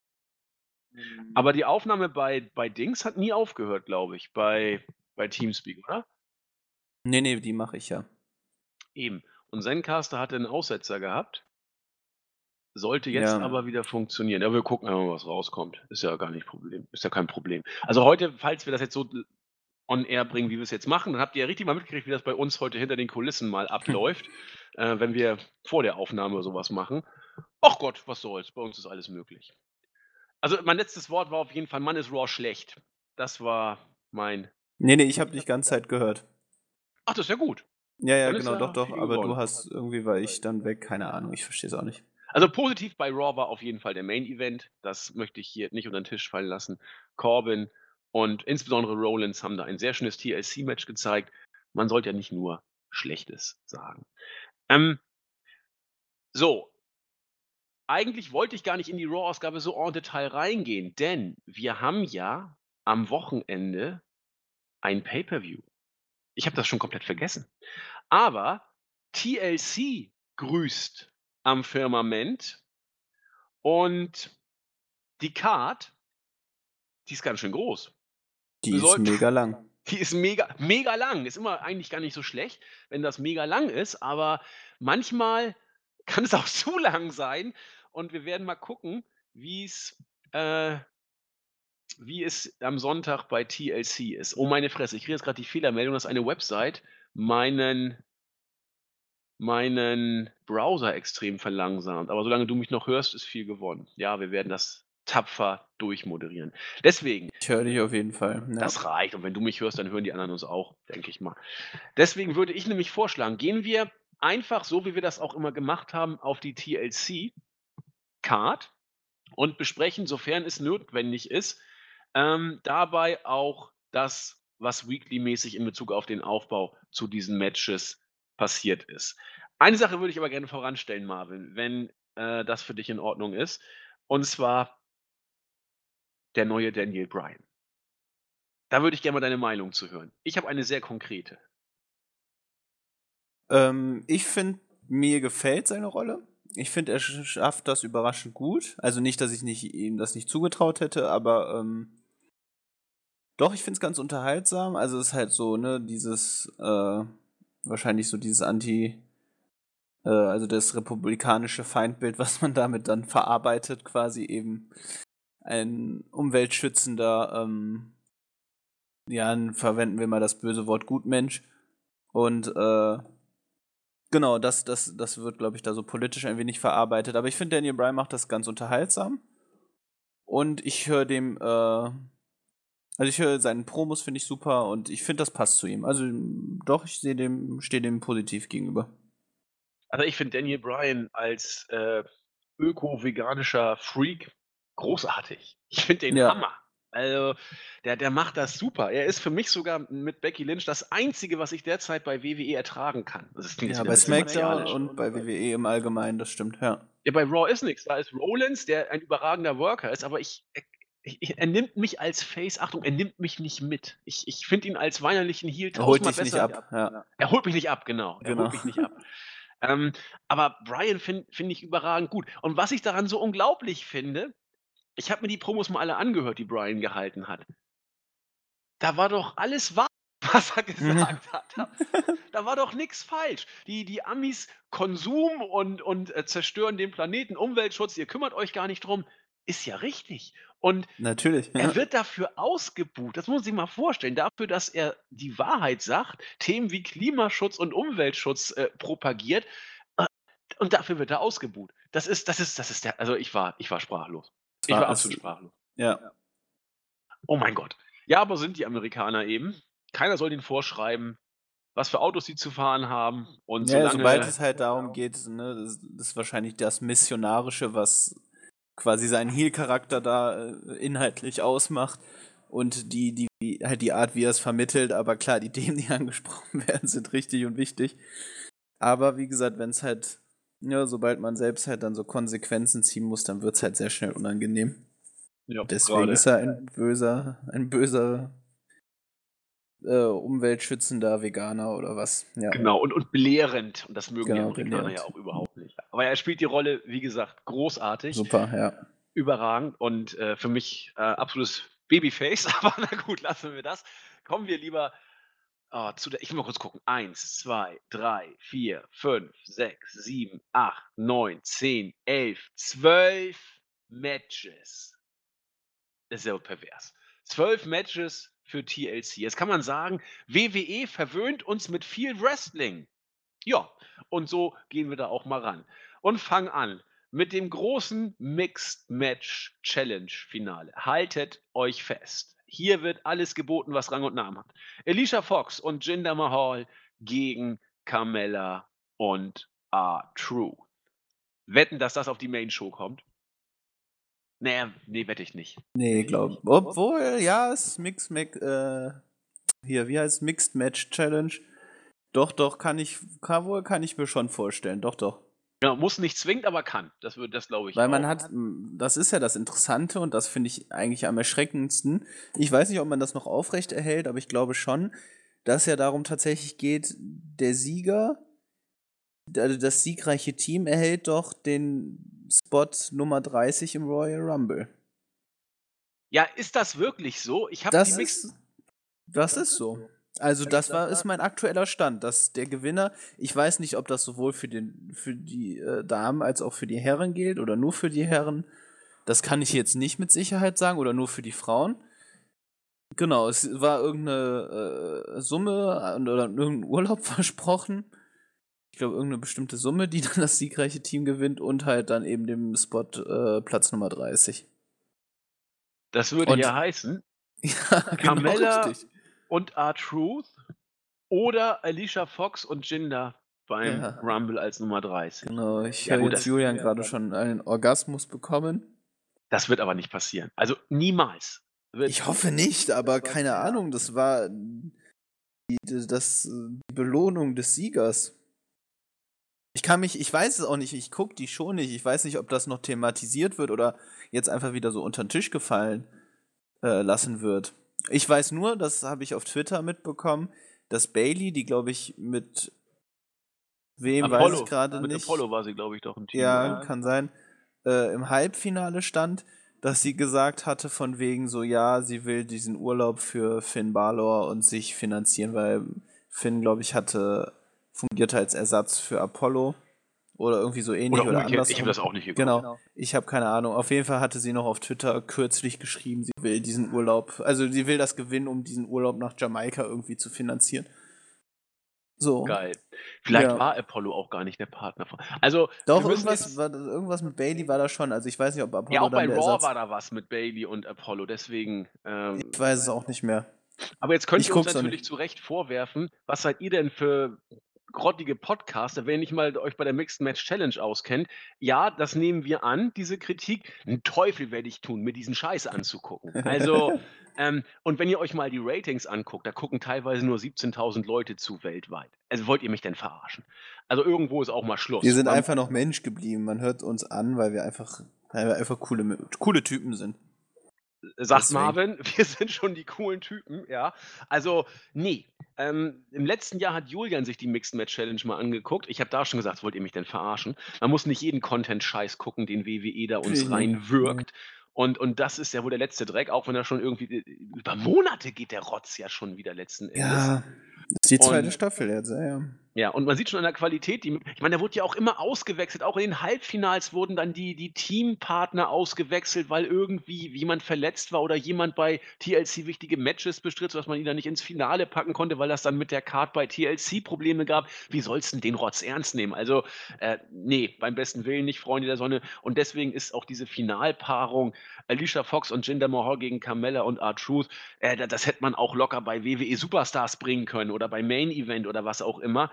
Aber die Aufnahme bei Dings hat nie aufgehört, glaube ich, bei Teamspeak, oder? Nee, nee, die mache ich ja. Eben. Und Zencastr hatte 'n Aussetzer gehabt, sollte jetzt Ja. aber wieder funktionieren. Ja, wir gucken einfach mal, was rauskommt. Ist ja gar nicht Problem ist ja kein Problem. Also, heute, falls wir das jetzt so on air bringen, wie wir's jetzt machen, dann habt ihr ja richtig mal mitgekriegt, wie das bei uns heute hinter den Kulissen mal abläuft, wenn wir vor der Aufnahme so was machen. Ach Gott, was soll's, bei uns ist alles möglich. Also, mein letztes Wort war auf jeden Fall: „Mann, ist Raw schlecht.“ Das war mein Nee, nee, ich habe dich die ganze Zeit gehört. ach, das ist ja gut. Ja, ja, Dann ist genau, doch, ja doch, viel aber du gewonnen. hast irgendwie war ich dann weg, keine Ahnung, ich verstehe es auch nicht. Also, positiv bei Raw war auf jeden Fall der Main Event. Das möchte ich hier nicht unter 'n Tisch fallen lassen. Corbin und insbesondere Rollins haben da ein sehr schönes TLC-Match gezeigt. Man sollte ja nicht nur Schlechtes sagen. Ähm, so, eigentlich wollte ich gar nicht in die Raw-Ausgabe so en Detail reingehen, denn wir haben ja am Wochenende ein Pay-per-View. Ich habe das schon komplett vergessen. Aber TLC grüßt am Firmament und die Card, die ist ganz schön groß. Die ist Soll mega lang. Die ist mega lang. Ist immer eigentlich gar nicht so schlecht, wenn das mega lang ist, aber manchmal kann es auch zu lang sein und wir werden mal gucken, wie's äh, wie es am Sonntag bei TLC ist. Oh, meine Fresse, ich kriege jetzt grad die Fehlermeldung, dass eine Website meinen Browser extrem verlangsamt. Aber solange du mich noch hörst, ist viel gewonnen. Ja, wir werden das tapfer durchmoderieren. Deswegen, Ich höre dich auf jeden Fall, ja. das reicht. Und wenn du mich hörst, dann hören die anderen uns auch, denke ich mal. Deswegen würde ich nämlich vorschlagen, gehen wir einfach so, wie wir das auch immer gemacht haben, auf die TLC-Card und besprechen, sofern es notwendig ist, dabei auch das, was weekly-mäßig in Bezug auf den Aufbau zu diesen Matches passiert ist. Eine Sache würde ich aber gerne voranstellen, Marvin, wenn, das für dich in Ordnung ist, und zwar der neue Daniel Bryan. Da würde ich gerne mal deine Meinung zu hören. Ich habe eine sehr konkrete. Ich finde, mir gefällt seine Rolle. Ich finde, er schafft das überraschend gut. Also nicht, dass ich ihm das nicht zugetraut hätte, aber doch, ich finde es ganz unterhaltsam. Also es ist halt so, ne, dieses, wahrscheinlich so dieses also das republikanische Feindbild, was man damit dann verarbeitet, quasi eben ein umweltschützender, ja, verwenden wir mal das böse Wort Gutmensch. Und genau, das wird, glaube ich, da so politisch ein wenig verarbeitet. Aber ich finde, Daniel Bryan macht das ganz unterhaltsam. Und ich höre also ich höre seinen Promos, finde ich super und ich finde, das passt zu ihm. Also doch, stehe dem positiv gegenüber. Also, ich finde Daniel Bryan als, öko-veganischer Freak großartig. Ich finde den Ja, Hammer. Also, der macht das super. Er ist für mich sogar mit Becky Lynch das Einzige, was ich derzeit bei WWE ertragen kann. Also, das klingt jetzt Ja, wieder 'n bei bisschen SmackDown martialisch. und bei WWE im Allgemeinen, das stimmt, ja. Ja, bei Raw ist nix. Da ist Rollins, der ein überragender Worker ist, aber er nimmt mich als Face, Achtung, er nimmt mich nicht mit. Ich finde ihn als weinerlichen Heel Er holt tausendmal dich nicht besser. ab, ja, Er holt mich nicht ab, genau. Er genau. holt mich nicht ab. Ähm, aber Bryan finde ich überragend gut. Und was ich daran so unglaublich finde, ich habe mir die Promos mal alle angehört, die Bryan gehalten hat. Da war doch alles wahr, was er gesagt hat. Da war doch nix falsch. Die Amis Konsum und zerstören den Planeten, Umweltschutz, ihr kümmert euch gar nicht drum, ist ja richtig. Und Natürlich, er ja. wird dafür ausgebuht. Das muss man sich mal vorstellen. Dafür, dass er die Wahrheit sagt, Themen wie Klimaschutz und Umweltschutz, propagiert, äh, und dafür wird er ausgebuht. Das ist der, also ich war sprachlos. Es Ich war war absolut es sprachlos. ja. Oh mein Gott. Ja, aber sind die Amerikaner eben. Keiner soll denen vorschreiben, was für Autos sie zu fahren haben, und Ja, sobald solange es halt darum geht, ne, das ist wahrscheinlich das Missionarische, was quasi seinen Heel-Charakter da, inhaltlich ausmacht und halt die Art, wie er es vermittelt, aber klar, die Themen, die angesprochen werden, sind richtig und wichtig. Aber wie gesagt, wenn es halt ja, sobald man selbst halt dann so Konsequenzen ziehen muss, dann wird es halt sehr schnell unangenehm. ja, Deswegen grade ist er ein böser, umweltschützender Veganer oder was. Ja, genau, und belehrend, und das mögen die genau, Amerikaner ja belehrend. auch überhaupt nicht. Aber er spielt die Rolle, wie gesagt, großartig, Super, ja. überragend und, für mich, absolutes Babyface, aber na gut, lassen wir das. Kommen wir lieber, zu der, ich will mal kurz gucken. 1, 2, 3, 4, 5, 6, 7, 8, 9, 10, 11, 12 Matches. Das ist ja pervers. 12 Matches für TLC. Jetzt kann man sagen, WWE verwöhnt uns mit viel Wrestling. Ja, und so gehen wir da auch mal ran und fangen an mit dem großen Mixed Match Challenge Finale. Haltet euch fest. Hier wird alles geboten, was Rang und Namen hat. Alicia Fox und Jinder Mahal gegen Carmella und R-Truth. Wetten, dass das auf die Main Show kommt? Ne, wette ich nicht. Nee, glaube obwohl, ja, es hier, wie heißt Mixed Match Challenge? Doch, doch, kann ich mir schon vorstellen. Doch, doch. Ja, muss nicht zwingend, aber kann. Das glaube ich Weil man auch. hat, das ist ja das Interessante und das finde ich eigentlich am erschreckendsten. Ich weiß nicht, ob man das noch aufrecht erhält, aber ich glaube schon, dass es ja darum tatsächlich geht, der Sieger, also das siegreiche Team erhält doch den Spot Nummer 30 im Royal Rumble. Ja, ist das wirklich so? Ich habe die Das Mixed ist, das ist so. Also ist mein aktueller Stand, dass der Gewinner, ich weiß nicht, ob das sowohl für die Damen als auch für die Herren gilt oder nur für die Herren. Das kann ich jetzt nicht mit Sicherheit sagen oder nur für die Frauen. Genau, es war irgendeine Summe oder irgendein Urlaub versprochen. Ich glaube, irgendeine bestimmte Summe, die dann das siegreiche Team gewinnt und halt dann eben dem Spot Platz Nummer 30. Das würde Und ja heißen, ja, genau Carmella richtig. und R-Truth oder Alicia Fox und Jinder beim Ja, Rumble als Nummer 30. genau. Ich Ja höre gut, jetzt Julian gerade schon einen Orgasmus bekommen. das wird aber nicht passieren. Also, niemals. Wird Ich hoffe nicht, aber keine Ahnung, das war die Belohnung des Siegers. Ich weiß es auch nicht, ich gucke die schon nicht. Ich weiß nicht, ob das noch thematisiert wird oder jetzt einfach wieder so unter den Tisch gefallen lassen wird. Ich weiß nur, das habe ich auf Twitter mitbekommen, dass Bailey, die glaube ich mit wem weiß ich gerade mit nicht, Apollo war sie, glaube ich, doch im Team, ja, oder? kann sein, im Halbfinale stand, dass sie gesagt hatte, von wegen so, ja, sie will diesen Urlaub für Finn Balor und sich finanzieren, weil Finn, glaube ich, fungierte als Ersatz für Apollo oder irgendwie so ähnlich Oder oder umgekehrt, ich habe andersrum. das auch nicht geguckt. Genau, ich habe keine Ahnung. Auf jeden Fall hatte sie noch auf Twitter kürzlich geschrieben, sie will diesen Urlaub, also sie will das gewinnen, um diesen Urlaub nach Jamaika irgendwie zu finanzieren. So, Geil. Vielleicht ja. war Apollo auch gar nicht der Partner von, also, wir Doch, müssen jetzt, irgendwas mit Bailey war da schon. Also ich weiß nicht, ob ja, Apollo auch bei dann der Raw Ersatz. war da was mit Bayley und Apollo, deswegen, Ich weiß es auch nicht mehr. aber jetzt könnt Ich ihr uns guck's auch natürlich nicht. zu Recht vorwerfen, was seid ihr denn für grottige Podcaster, wenn ihr nicht mal euch bei der Mixed Match Challenge auskennt. Ja, das nehmen wir an, diese Kritik. 'N Teufel werde ich tun, mir diesen Scheiß anzugucken. Also, und wenn ihr euch mal die Ratings anguckt, da gucken teilweise nur 17.000 Leute zu weltweit. Also, wollt ihr mich denn verarschen? Also, irgendwo ist auch mal Wir Schluss. sind einfach noch Mensch geblieben. Man hört uns an, weil wir einfach coole Typen sind. Sagt Deswegen. Marvin, wir sind schon die coolen Typen, ja. Also, ne. Im letzten Jahr hat Julian sich die Mixed Match Challenge mal angeguckt. Ich habe da schon gesagt: „Wollt ihr mich denn verarschen?“ Man muss nicht jeden Content-Scheiß gucken, den WWE da Finde ich uns nicht. reinwirkt. Und das ist ja wohl der letzte Dreck, auch wenn er schon irgendwie über Monate geht der Rotz ja schon wieder letzten Endes. Ja, das ist die zweite Und Staffel jetzt, ja. ja, und man sieht schon an der Qualität, ich meine, da wurde ja auch immer ausgewechselt. Auch in den Halbfinals wurden dann die Teampartner ausgewechselt, weil irgendwie jemand verletzt war oder jemand bei TLC wichtige Matches bestritt, sodass man ihn dann nicht ins Finale packen konnte, weil das dann mit der Card bei TLC Probleme gab. Wie sollst 'n den Rotz ernst nehmen? Also, ne, beim besten Willen nicht, Freunde der Sonne. Und deswegen ist auch diese Finalpaarung Alicia Fox und Jinder Mahal gegen Carmella und R-Truth, das hätte man auch locker bei WWE Superstars bringen können oder bei Main Event oder was auch immer.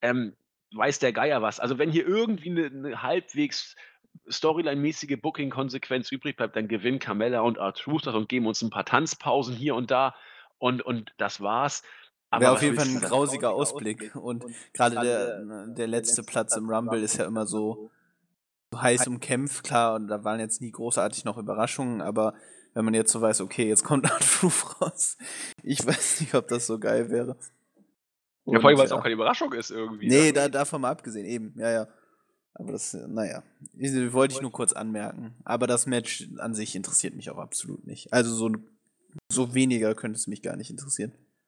Weiß der Geier was. Also, wenn hier irgendwie 'ne halbwegs Storyline-mäßige Booking-Konsequenz übrig bleibt, dann gewinnen Carmella und R-Truth das und geben uns 'n paar Tanzpausen hier und da und das war's. Aber Wäre auf was jeden Fall willst du ein da grausiger Ausblick. Und gerade der letzte Platz im Rumble ist ja immer so heiß umkämpft, klar, und da waren jetzt nie großartig noch Überraschungen, aber wenn man jetzt so weiß, okay, jetzt kommt R-Truth raus, ich weiß nicht, ob das so geil wäre. Ja, vor allem, Und weil's auch ja. keine Überraschung ist irgendwie, Nee, ne? davon mal abgesehen, eben, ja. Aber das, naja, wollte ich nur kurz anmerken. Aber das Match an sich interessiert mich auch absolut nicht. Also so weniger könnte es mich gar nicht interessieren.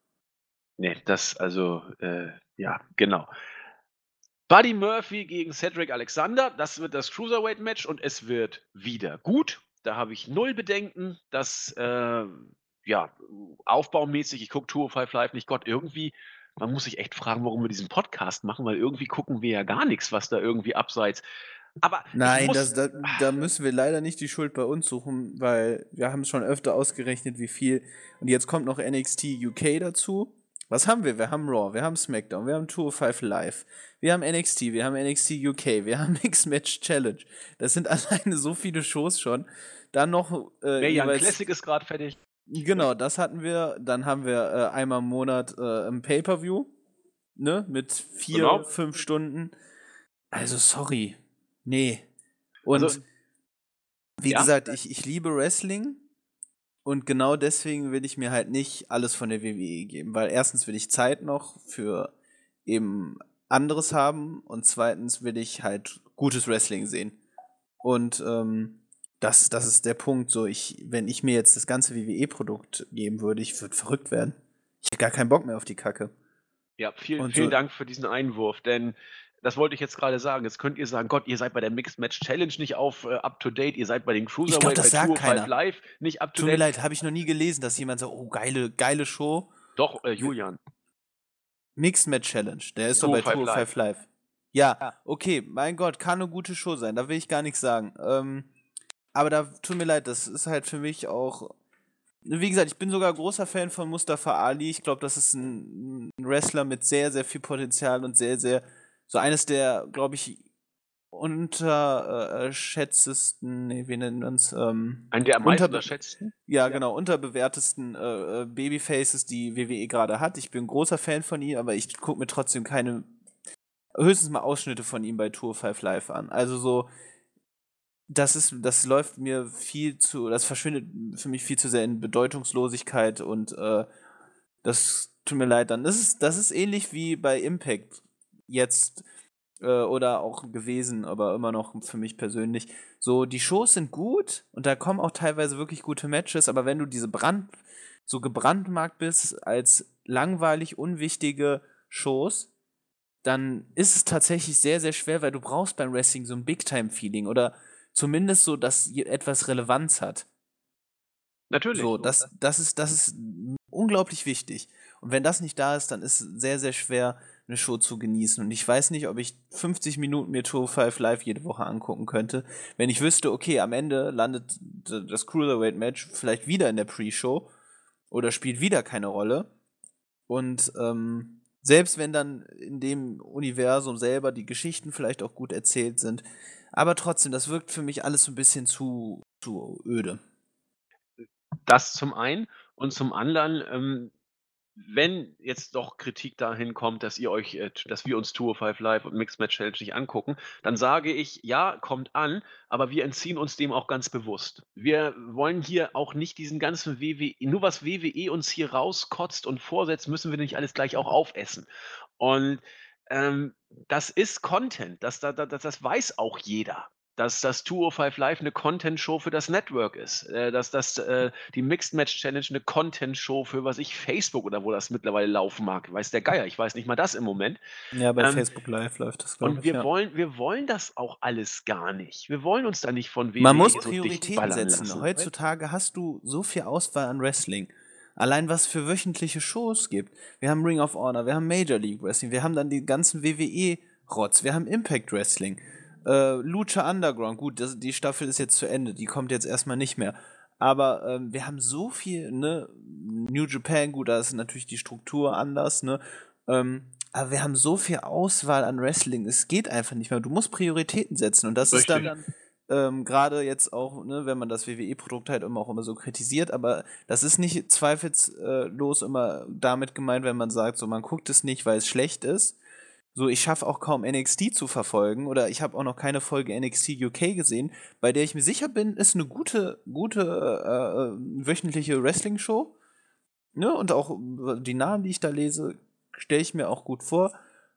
Ne, das also, ja, genau. Buddy Murphy gegen Cedric Alexander, das wird das Cruiserweight-Match und es wird wieder gut. Da habe ich 0 Bedenken. Das, ja, aufbaumäßig, ich gucke 205 Live nicht. Gott, irgendwie man muss sich echt fragen, warum wir diesen Podcast machen, weil irgendwie gucken wir ja gar nichts, was da irgendwie abseits aber ich Nein, muss da müssen wir leider nicht die Schuld bei uns suchen, weil wir haben es schon öfter ausgerechnet, wie viel. Und jetzt kommt noch NXT UK dazu. Was haben wir? Wir haben Raw, wir haben SmackDown, wir haben 205 Live, wir haben NXT, wir haben NXT UK, wir haben Mixed Match Challenge. Das sind alleine so viele Shows schon. Dann noch Mae Young jeweils. Classic ist grad fertig. Genau, das hatten wir. Dann haben wir einmal im Monat ein Pay-Per-View, ne? Mit 4, Genau. 5 Stunden. Also, sorry. Nee. Und Also wie ja? gesagt, ich liebe Wrestling und genau deswegen will ich mir halt nicht alles von der WWE geben, weil erstens will ich Zeit noch für eben anderes haben und zweitens will ich halt gutes Wrestling sehen. Und das ist der Punkt. So, wenn ich mir jetzt das ganze WWE-Produkt geben würde, ich würde verrückt werden. Ich hätte gar keinen Bock mehr auf die Kacke. Ja, vielen Und vielen so, Dank für diesen Einwurf, denn das wollte ich jetzt grade sagen. Jetzt könnt ihr sagen: „Gott, ihr seid bei der Mixed Match Challenge nicht auf up to date, ihr seid bei den ich glaube, Cruiserweight, bei das sagt 205 keiner. Live nicht up to Tut mir date.“ leid, habe ich noch nie gelesen, dass jemand sagt, oh, geile Show. Doch, Julian. Mixed Match Challenge, der ist doch bei 205 205 Live. Ja, okay, mein Gott, kann eine gute Show sein, da will ich gar nichts sagen. Aber da tut mir leid, das ist halt für mich auch. Wie gesagt, ich bin sogar großer Fan von Mustafa Ali. Ich glaube, das ist ein Wrestler mit sehr, sehr viel Potenzial und sehr, sehr. So eines der, glaube ich, unterschätztesten, nee, wie nennen wir uns? Einen der am meisten unterschätzten? Ja, genau, unterbewertesten Babyfaces, die WWE gerade hat. Ich bin ein großer Fan von ihm, aber ich gucke mir trotzdem höchstens mal Ausschnitte von ihm bei 205 Live an. Also so, das läuft mir das verschwindet für mich viel zu sehr in Bedeutungslosigkeit und das tut mir leid dann. Das ist ähnlich wie bei Impact jetzt oder auch gewesen, aber immer noch für mich persönlich. So, die Shows sind gut und da kommen auch teilweise wirklich gute Matches, aber wenn du so gebrandmarkt bist als langweilig, unwichtige Shows, dann ist es tatsächlich sehr, sehr schwer, weil du brauchst beim Wrestling so ein Big-Time-Feeling oder zumindest so, dass etwas Relevanz hat. Natürlich. So, das ist unglaublich wichtig. Und wenn das nicht da ist, dann ist es sehr, sehr schwer, eine Show zu genießen. Und ich weiß nicht, ob ich 50 Minuten mir 205 Live jede Woche angucken könnte, wenn ich wüsste, okay, am Ende landet das Cruiserweight-Match vielleicht wieder in der Pre-Show oder spielt wieder keine Rolle. Und Selbst wenn dann in dem Universum selber die Geschichten vielleicht auch gut erzählt sind. Aber trotzdem, das wirkt für mich alles so ein bisschen zu öde. Das zum einen und zum anderen, wenn jetzt doch Kritik dahin kommt, dass ihr euch dass wir uns Tour of Five Live und Mixed Match Challenge nicht angucken, dann sage ich: „Ja, kommt an, aber wir entziehen uns dem auch ganz bewusst. Wir wollen hier auch nicht diesen ganzen WWE nur was WWE uns hier rauskotzt und vorsetzt, müssen wir nicht alles gleich auch aufessen." Und, das ist Content, das weiß auch jeder, dass das 205 Live 'ne Content-Show für das Network ist, dass die Mixed Match Challenge 'ne Content-Show für, was ich, Facebook oder wo das mittlerweile laufen mag, weiß der Geier. Ich weiß nicht mal das im Moment. Ja, bei Ähm, Facebook Live läuft das, glaube und ich, ja. wir wollen das auch alles gar nicht. Wir wollen uns da nicht von Man muss WWE so dicht Prioritäten ballern setzen. lassen. Heutzutage hast du so viel Auswahl an Wrestling. Allein was für wöchentliche Shows gibt. Wir haben Ring of Honor, wir haben Major League Wrestling, wir haben dann die ganzen WWE-Rotz, wir haben Impact Wrestling, Lucha Underground. Gut, die Staffel ist jetzt zu Ende, die kommt jetzt erstmal nicht mehr. Aber wir haben so viel, ne? New Japan, gut, da ist natürlich die Struktur anders, ne? Aber wir haben so viel Auswahl an Wrestling, es geht einfach nicht mehr. Du musst Prioritäten setzen und das ist Richtig. dann gerade jetzt auch, ne, wenn man das WWE-Produkt halt auch immer so kritisiert, aber das ist nicht zweifelslos immer damit gemeint, wenn man sagt, so man guckt es nicht, weil es schlecht ist. So, ich schaffe auch kaum NXT zu verfolgen oder ich habe auch noch keine Folge NXT UK gesehen, bei der ich mir sicher bin, ist eine gute wöchentliche Wrestling-Show. Ne? Und auch die Namen, die ich da lese, stelle ich mir auch gut vor,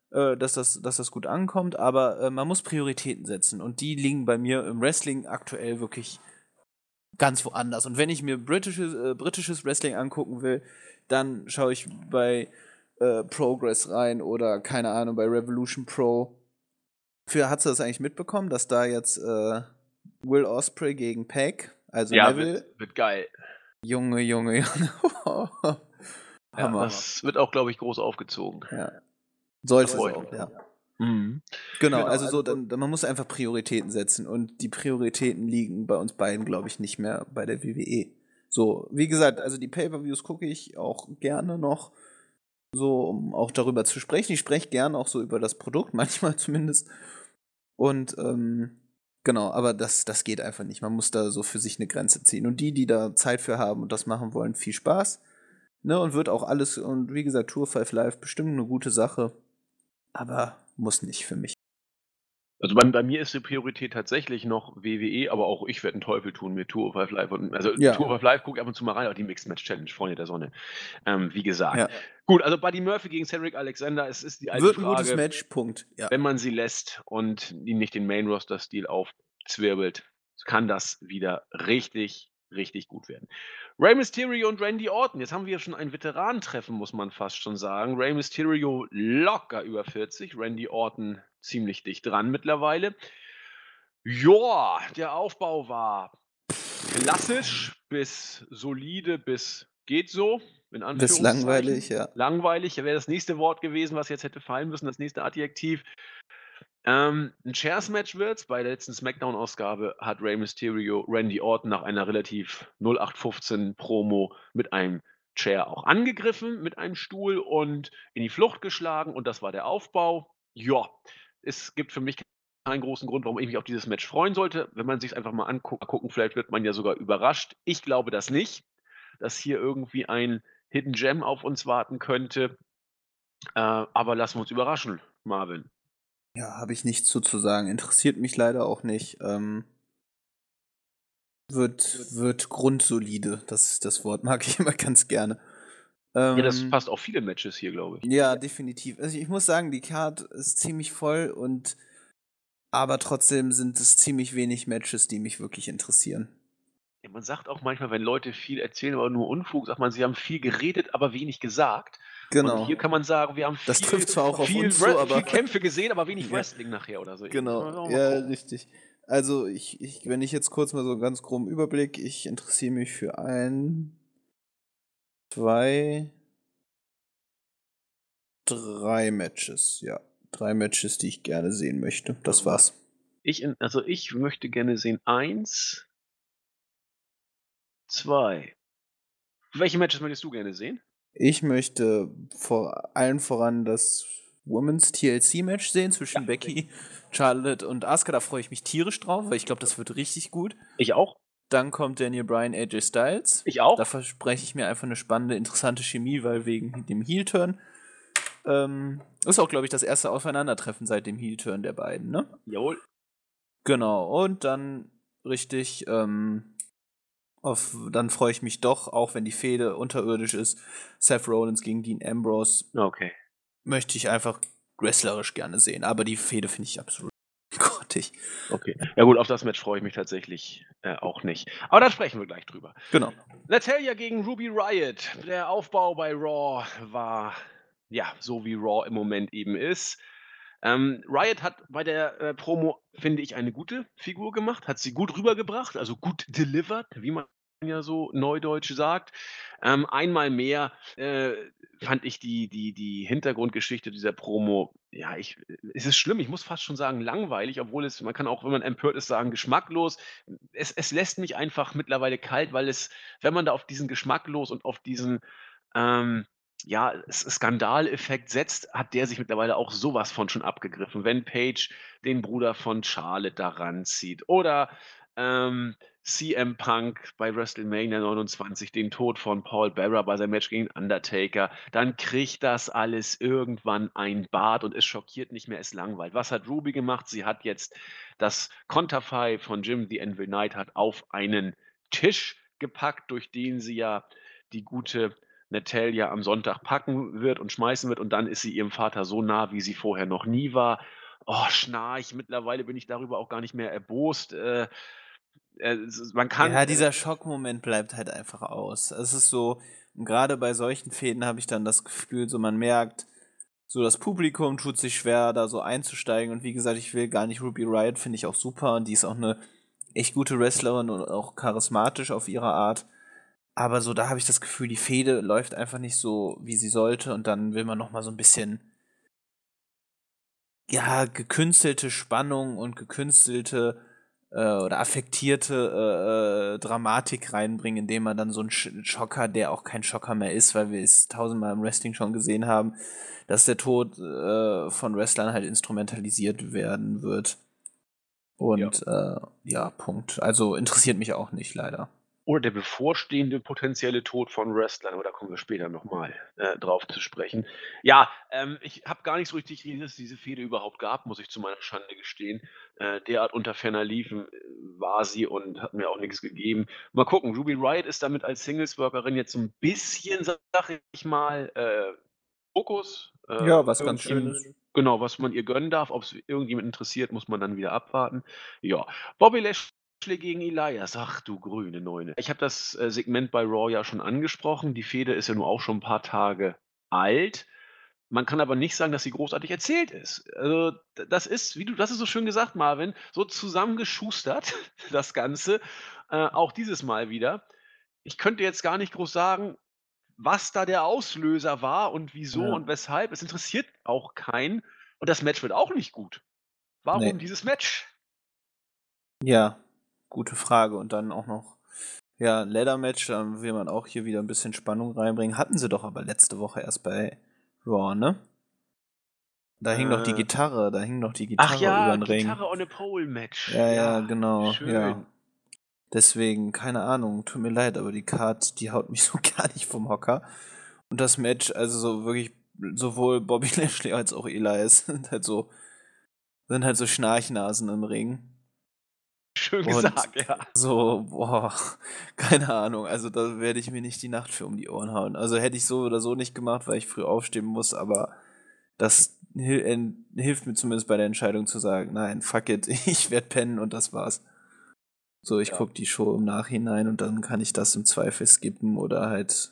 dass das gut ankommt, aber man muss Prioritäten setzen und die liegen bei mir im Wrestling aktuell wirklich ganz woanders. Und wenn ich mir britisches Wrestling angucken will, dann schaue ich bei Progress rein oder keine Ahnung, bei Revolution Pro. Hast du das eigentlich mitbekommen, dass da jetzt Will Ospreay gegen Pac, also Ja, Neville, wird geil. Junge, Junge, Junge. Ja, Hammer. das wird auch, glaube ich, groß aufgezogen. Ja. Da Sollte es freue ich auch, mich ja. drauf. Mhm. Genau, also so, man muss einfach Prioritäten setzen und die Prioritäten liegen bei uns beiden, glaube ich, nicht mehr bei der WWE. So, wie gesagt, also die Pay-Per-Views gucke ich auch gerne noch, so, um auch darüber zu sprechen. Ich spreche gerne auch so über das Produkt, manchmal zumindest. Und, genau, aber das geht einfach nicht. Man muss da so für sich eine Grenze ziehen. Und die da Zeit für haben und das machen wollen, viel Spaß. Ne, und wird auch alles, und wie gesagt, Tour 5 Live bestimmt eine gute Sache, aber muss nicht für mich. Also, bei mir ist die Priorität tatsächlich noch WWE, aber auch ich werde 'n Teufel tun, mir Tour of Five Live Ja. Tour of Five Live gucke ich ab und zu mal rein, aber die Mixed Match Challenge, Freunde der Sonne. Wie gesagt. Ja. Gut, also Buddy Murphy gegen Cedric Alexander, es ist die alte Wird ein gutes Frage, Match, Punkt. Ja. wenn man sie lässt und ihm nicht den Main Roster Stil aufzwirbelt, kann das wieder richtig, richtig gut werden. Rey Mysterio und Randy Orton. Jetzt haben wir schon ein Veteranentreffen, muss man fast schon sagen. Rey Mysterio locker über 40, Randy Orton ziemlich dicht dran mittlerweile. Ja, der Aufbau war klassisch bis solide bis geht so, in Bis Anführungszeichen. langweilig, ja. Langweilig wäre das nächste Wort gewesen, was jetzt hätte fallen müssen, das nächste Adjektiv. 'N Chairs-Match wird's. Bei der letzten SmackDown-Ausgabe hat Rey Mysterio Randy Orton nach einer relativ 0815 Promo mit einem Chair auch angegriffen, mit einem Stuhl und in die Flucht geschlagen und das war der Aufbau. Ja, es gibt für mich keinen großen Grund, warum ich mich auf dieses Match freuen sollte. Wenn man sich's einfach mal angucken, vielleicht wird man ja sogar überrascht. Ich glaube das nicht, dass hier irgendwie ein Hidden Gem auf uns warten könnte, aber lassen wir uns überraschen, Marvin. Ja, habe ich nichts zu sagen. Interessiert mich leider auch nicht. Wird grundsolide. Das Wort mag ich immer ganz gerne. Ja, das passt auf viele Matches hier, glaube ich. Ja, definitiv. Also ich muss sagen, die Card ist ziemlich voll und aber trotzdem sind es ziemlich wenig Matches, die mich wirklich interessieren. Ja, man sagt auch manchmal, wenn Leute viel erzählen, aber nur Unfug, sagt man, sie haben viel geredet, aber wenig gesagt. Und Genau. hier kann man sagen, wir haben Das trifft zwar auch auf viel uns zu, aber Kämpfe gesehen, aber wenig ja, Wrestling nachher oder so ähnlich. genau. Wollen wir mal Ja, gucken. richtig. Also wenn ich jetzt kurz mal so einen ganz groben Überblick, ich interessiere mich für 2, 3 Matches, ja. 3 Matches, die ich gerne sehen möchte. Das war's. Ich möchte gerne sehen 1, 2. Welche Matches möchtest du gerne sehen? Ich möchte vor allen voran das Women's TLC-Match sehen zwischen Becky, Charlotte und Asuka. Da freue ich mich tierisch drauf, weil ich glaube, das wird richtig gut. Ich auch. Dann kommt Daniel Bryan, AJ Styles. Ich auch. Da verspreche ich mir einfach eine spannende, interessante Chemie, weil wegen dem Heel-Turn. Ist auch, glaube ich, das erste Aufeinandertreffen seit dem Heel-Turn der beiden, ne? Jawohl. Genau, und dann richtig, dann freue ich mich doch, auch wenn die Fehde unterirdisch ist, Seth Rollins gegen Dean Ambrose. Okay. Möchte ich einfach wrestlerisch gerne sehen, aber die Fehde finde ich absolut grottig. Okay. Ja gut, auf das Match freue ich mich tatsächlich auch nicht. Aber da sprechen wir gleich drüber. Genau. Natalya gegen Ruby Riott. Der Aufbau bei Raw war ja so wie Raw im Moment eben ist. Riot hat bei der Promo, finde ich, eine gute Figur gemacht, hat sie gut rübergebracht, also gut delivered, wie man ja so neudeutsch sagt. Einmal mehr fand ich die Hintergrundgeschichte dieser Promo, ja, es ist schlimm, ich muss fast schon sagen langweilig, obwohl man kann auch, wenn man empört ist, sagen geschmacklos. Es lässt mich einfach mittlerweile kalt, weil wenn man da auf diesen geschmacklos und auf diesen ähm, ja, Skandaleffekt setzt, hat der sich mittlerweile auch sowas von schon abgegriffen. Wenn Page den Bruder von Charlotte da ranzieht oder, CM Punk bei WrestleMania 29 den Tod von Paul Bearer bei seinem Match gegen Undertaker, dann kriegt das alles irgendwann ein Bart und es schockiert nicht mehr, es langweilt. Was hat Ruby gemacht? Sie hat jetzt das Konterfei von Jim the Anvil Neidhart auf einen Tisch gepackt, durch den sie ja die gute Natalya am Sonntag packen wird und schmeißen wird und dann ist sie ihrem Vater so nah, wie sie vorher noch nie war. Oh, Schnarch, mittlerweile bin ich darüber auch gar nicht mehr erbost. Man kann Ja, dieser Schockmoment bleibt halt einfach aus. Es ist so, gerade bei solchen Fäden habe ich dann das Gefühl, so man merkt, so das Publikum tut sich schwer, da so einzusteigen. Und wie gesagt, ich will gar nicht Ruby Riott, finde ich auch super. Und die ist auch eine echt gute Wrestlerin und auch charismatisch auf ihre Art. Aber so, da habe ich das Gefühl, die Fehde läuft einfach nicht so, wie sie sollte. Und dann will man noch mal so ein bisschen, ja, gekünstelte Spannung und gekünstelte oder affektierte Dramatik reinbringen, indem man dann so einen Schocker, der auch kein Schocker mehr ist, weil wir es tausendmal im Wrestling schon gesehen haben, dass der Tod von Wrestlern halt instrumentalisiert werden wird. ja. Und ja, Punkt. Also interessiert mich auch nicht, leider. Oder der bevorstehende potenzielle Tod von Wrestlern, aber da kommen wir später noch mal, drauf zu sprechen. Ja, ich habe gar nicht so richtig gesehen, dass es diese Fehde überhaupt gab, muss ich zu meiner Schande gestehen. Derart unter ferner Liefen war sie und hat mir auch nix gegeben. Mal gucken, Ruby Riott ist damit als Singlesworkerin jetzt so 'n bisschen, sage ich mal, Fokus, Ja, was ganz irgendjemand Schönes. genau, was man ihr gönnen darf. Ob's irgendjemand interessiert, muss man dann wieder abwarten. Ja, Bobby Lashley gegen Elias. Ach du grüne Neune. Ich habe das, Segment bei Raw ja schon angesprochen. Die Fehde ist ja nun auch schon 'n paar Tage alt. Man kann aber nicht sagen, dass sie großartig erzählt ist. Also, das ist, wie du hast es so schön gesagt, Marvin, so zusammengeschustert, das Ganze, auch dieses Mal wieder. Ich könnte jetzt gar nicht groß sagen, was da der Auslöser war und wieso Ja. und weshalb. Es interessiert auch keinen und das Match wird auch nicht gut. Nee. Warum dieses Match? Ja, gute Frage. Und dann auch noch, ja, ein Ladder-Match, da will man auch hier wieder ein bisschen Spannung reinbringen. Hatten sie doch aber letzte Woche erst bei Raw, ne? Da hing doch die Äh, Gitarre, da hing doch die ach Gitarre ja, übern Ring. Gitarre on a Pole Match. Ja, ja, Ja, genau, ja. schön. Deswegen, keine Ahnung, tut mir leid, aber die Card, die haut mich so gar nicht vom Hocker. Und das Match, also so wirklich, sowohl Bobby Lashley als auch Elias sind halt so Schnarchnasen im Ring. Schön Und gesagt, ja. so, boah, keine Ahnung, also da werde ich mir nicht die Nacht für um die Ohren hauen. Also hätte ich so oder so nicht gemacht, weil ich früh aufstehen muss, aber das hilft mir zumindest bei der Entscheidung zu sagen, nein, fuck it, ich werde pennen und das war's. So, ich Ja, gucke die Show im Nachhinein und dann kann ich das im Zweifel skippen oder halt.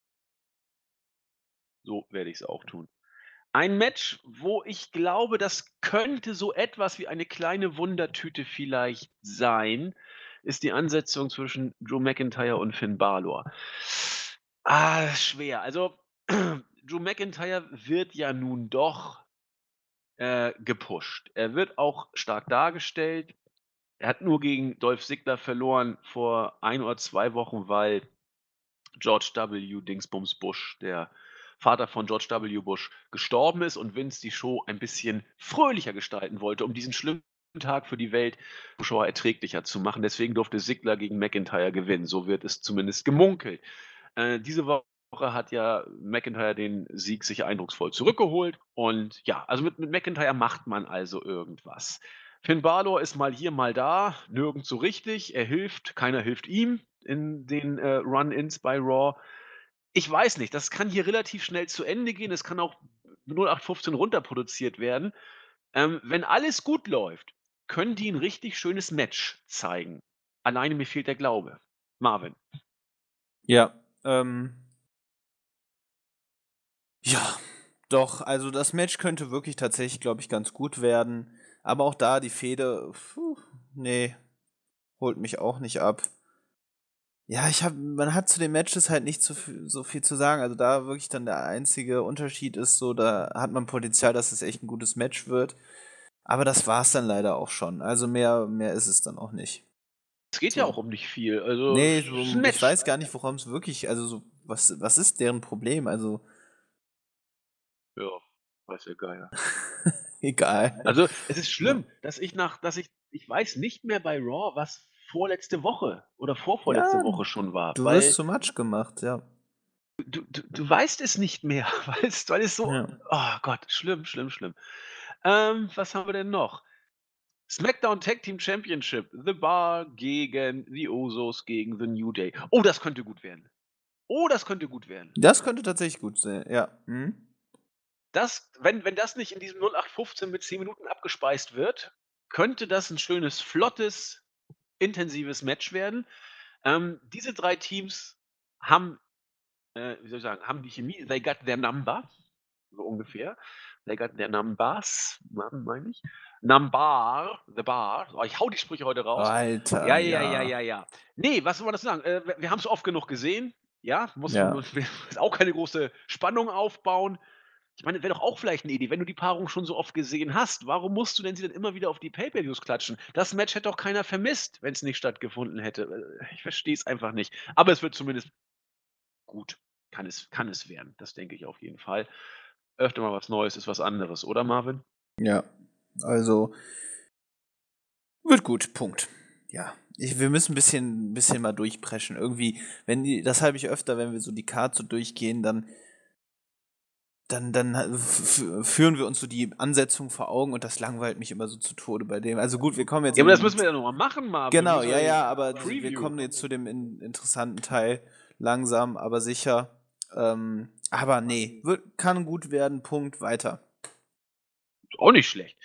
so werde ich's auch tun. Ein Match, wo ich glaube, das könnte so etwas wie eine kleine Wundertüte vielleicht sein, ist die Ansetzung zwischen Drew McIntyre und Finn Balor. Schwer. Also, Drew McIntyre wird ja nun doch, gepusht. Er wird auch stark dargestellt. Er hat nur gegen Dolph Ziggler verloren vor 1 oder 2 Wochen, weil George W. Dingsbums Bush, der Vater von George W. Bush, gestorben ist und Vince die Show ein bisschen fröhlicher gestalten wollte, um diesen schlimmen Tag für die Welt Zuschauer erträglicher zu machen. Deswegen durfte Ziggler gegen McIntyre gewinnen. So wird es zumindest gemunkelt. Diese Woche hat ja McIntyre den Sieg sich eindrucksvoll zurückgeholt. Und ja, also mit McIntyre macht man also irgendwas. Finn Balor ist mal hier, mal da, nirgends so richtig. Er hilft, keiner hilft ihm in den Run-Ins bei Raw. Ich weiß nicht, das kann hier relativ schnell zu Ende gehen. Es kann auch 0815 runterproduziert werden. Wenn alles gut läuft, können die ein richtig schönes Match zeigen. Alleine mir fehlt der Glaube. Marvin. Ja, ja, doch, also das Match könnte wirklich tatsächlich, glaube ich, ganz gut werden. Aber auch da die Fehde, nee, holt mich auch nicht ab. Ja, man hat zu den Matches halt nicht so viel zu sagen. Also da wirklich dann der einzige Unterschied ist so, da hat man Potenzial, dass es echt ein gutes Match wird. Aber das war's dann leider auch schon. Also mehr ist es dann auch nicht. Es geht ja So. auch um nicht viel. Also, Nee, es ist 'n ich Match. weiß gar nicht, worum es wirklich, also so, was ist deren Problem? Also, Ja, weiß der Geier. egal. Also, es ist Ja. schlimm, ich weiß nicht mehr bei Raw, was vorletzte Woche oder vorvorletzte Ja, Woche schon war, du wirst weil zu Matsch gemacht, ja. du weißt es nicht mehr, weil es so Ja. oh Gott, schlimm, schlimm, schlimm. Was haben wir denn noch? SmackDown Tag Team Championship, The Bar gegen die Usos gegen The New Day. Oh, das könnte gut werden. Oh, das könnte gut werden. Das könnte tatsächlich gut sein, ja. Mhm. Wenn das nicht in diesem 0815 mit 10 Minuten abgespeist wird, könnte das 'n schönes, flottes, intensives Match werden. Diese 3 Teams haben, wie soll ich sagen, haben die Chemie. They got their number, so ungefähr. They got their numbers, meine ich. The Bar. Oh, ich haue die Sprüche heute raus. Ja, Alter, ja, ja, ja. ja, ja. Ne, was soll man dazu sagen? Wir haben's oft genug gesehen, ja? Muss Ja. muss auch keine große Spannung aufbauen. Ich meine, wäre doch auch vielleicht 'ne Idee, wenn du die Paarung schon so oft gesehen hast, warum musst du denn sie dann immer wieder auf die Pay-per-Views klatschen? Das Match hätte doch keiner vermisst, wenn's nicht stattgefunden hätte. Ich verstehe es einfach nicht. Aber es wird zumindest gut. Kann es werden. Das denke ich auf jeden Fall. Öfter mal was Neues ist was anderes, oder Marvin? Ja. Also, wird gut, Punkt. Ja. Wir müssen ein bisschen mal durchpreschen. Irgendwie, das habe ich öfter, wenn wir so die Card so durchgehen, dann führen wir uns so die Ansetzung vor Augen und das langweilt mich immer so zu Tode bei dem. Also gut, wir kommen jetzt Ja, aber das müssen wir ja noch mal machen, Marvin. Wir genau, müssen ja, ja ja, aber wir Preview. kommen jetzt zu dem interessanten Teil langsam, aber sicher. Aber nee, kann gut werden, Punkt, weiter. Auch nicht schlecht.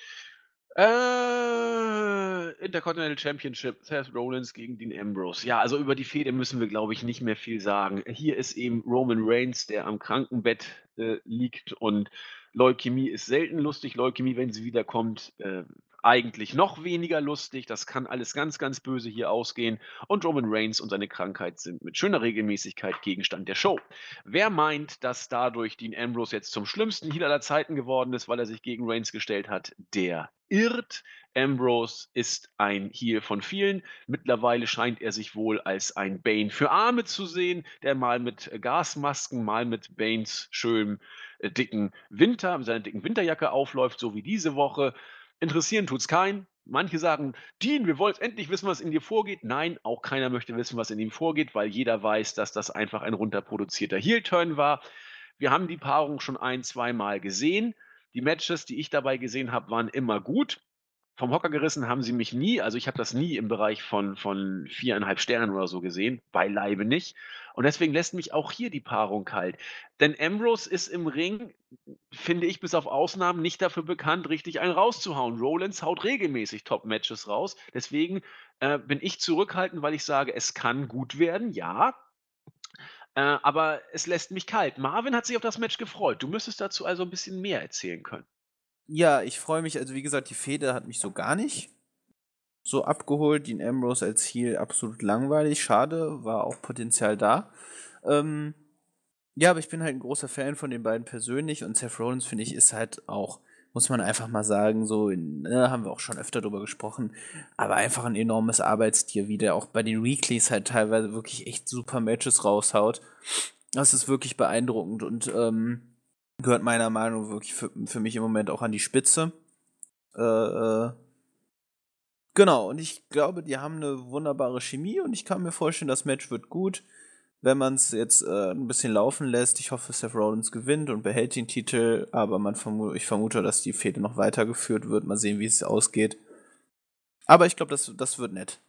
Intercontinental Championship, Seth Rollins gegen Dean Ambrose. Ja, also über die Fehde müssen wir, glaube ich, nicht mehr viel sagen. Hier ist eben Roman Reigns, der am Krankenbett liegt und Leukämie ist selten lustig. Leukämie, wenn sie wiederkommt, eigentlich noch weniger lustig. Das kann alles ganz, ganz böse hier ausgehen. Und Roman Reigns und seine Krankheit sind mit schöner Regelmäßigkeit Gegenstand der Show. Wer meint, dass dadurch Dean Ambrose jetzt zum schlimmsten Heel aller Zeiten geworden ist, weil er sich gegen Reigns gestellt hat, der irrt. Ambrose ist ein Heel von vielen. Mittlerweile scheint er sich wohl als ein Bane für Arme zu sehen, der mal mit Gasmasken, mal mit Banes schönem dicken Winter, mit seiner dicken Winterjacke aufläuft, so wie diese Woche. Interessieren tut's keinen. Manche sagen: „Dean, wir wollen jetzt endlich wissen, was in dir vorgeht.“ Nein, auch keiner möchte wissen, was in ihm vorgeht, weil jeder weiß, dass das einfach ein runterproduzierter Heel-Turn war. Wir haben die Paarung schon ein zweimal gesehen. Die Matches, die ich dabei gesehen habe, waren immer gut. Vom Hocker gerissen haben sie mich nie. Also, ich habe das nie im Bereich von 4,5 Sternen oder so gesehen, beileibe nicht. Und deswegen lässt mich auch hier die Paarung kalt. Denn Ambrose ist im Ring, finde ich, bis auf Ausnahmen nicht dafür bekannt, richtig einen rauszuhauen. Rollins haut regelmäßig Top-Matches raus. Deswegen, bin ich zurückhaltend, weil ich sage, es kann gut werden, ja, aber es lässt mich kalt. Marvin hat sich auf das Match gefreut. Du müsstest dazu also 'n bisschen mehr erzählen können. Ja, ich freue mich, also wie gesagt, die Fehde hat mich so gar nicht so abgeholt. Dean Ambrose als Heel absolut langweilig, schade, war auch Potenzial da. Ja, aber ich bin halt ein großer Fan von den beiden persönlich und Seth Rollins, finde ich, ist halt auch muss man einfach mal sagen, so, haben wir auch schon öfter drüber gesprochen, aber einfach ein enormes Arbeitstier, wie der auch bei den Weeklies halt teilweise wirklich echt super Matches raushaut. Das ist wirklich beeindruckend und gehört meiner Meinung nach wirklich für mich im Moment auch an die Spitze. Äh, äh, genau, und ich glaube, die haben eine wunderbare Chemie und ich kann mir vorstellen, das Match wird gut, wenn man es jetzt ein bisschen laufen lässt. Ich hoffe, Seth Rollins gewinnt und behält den Titel, aber ich vermute, dass die Fehde noch weitergeführt wird. Mal sehen, wie es ausgeht. Aber ich glaube, das wird nett.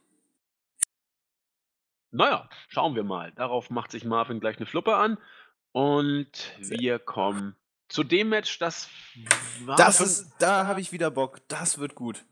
Naja, schauen wir mal. Darauf macht sich Marvin gleich eine Fluppe an und wir kommen zu dem Match, das war schon Da habe ich wieder Bock. Das wird gut.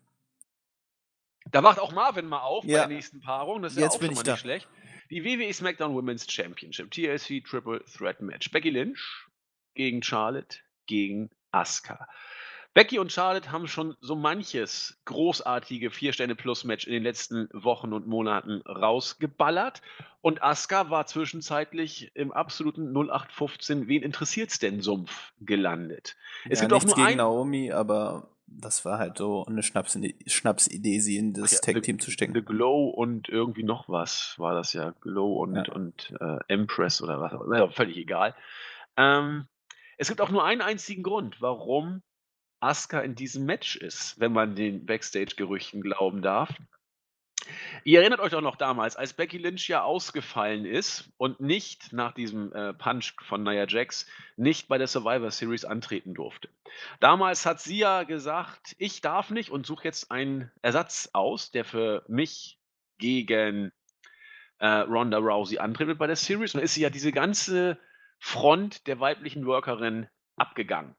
da wacht auch Marvin mal auf bei der Ja, nächsten Paarung, das ist ja jetzt auch bin schon ich mal da. nicht schlecht. Die WWE SmackDown Women's Championship, TLC Triple Threat Match. Becky Lynch gegen Charlotte gegen Asuka. Becky und Charlotte haben schon so manches großartige 4-Sterne-Plus-Match in den letzten Wochen und Monaten rausgeballert. Und Asuka war zwischenzeitlich im absoluten 0815 Wen interessiert's denn Sumpf gelandet. Es Ja, gibt auch nichts nur gegen ein Naomi, aber das war halt so eine Schnapsidee, sie in Ach ja, das Tag-Team zu stecken. The Glow und irgendwie noch was war das ja. Glow Ja. und Empress oder was auch immer, ja, völlig egal. Ähm, Es gibt auch nur einen einzigen Grund, warum Asuka in diesem Match ist, wenn man den Backstage-Gerüchten glauben darf. Ihr erinnert euch doch noch damals, als Becky Lynch ja ausgefallen ist und nicht nach diesem Punch von Nia Jax nicht bei der Survivor Series antreten durfte. Damals hat sie ja gesagt: „Ich darf nicht und suche jetzt einen Ersatz aus, der für mich gegen Ronda Rousey antreten wird bei der Series." Und dann ist sie ja diese ganze Front der weiblichen Workerin abgegangen.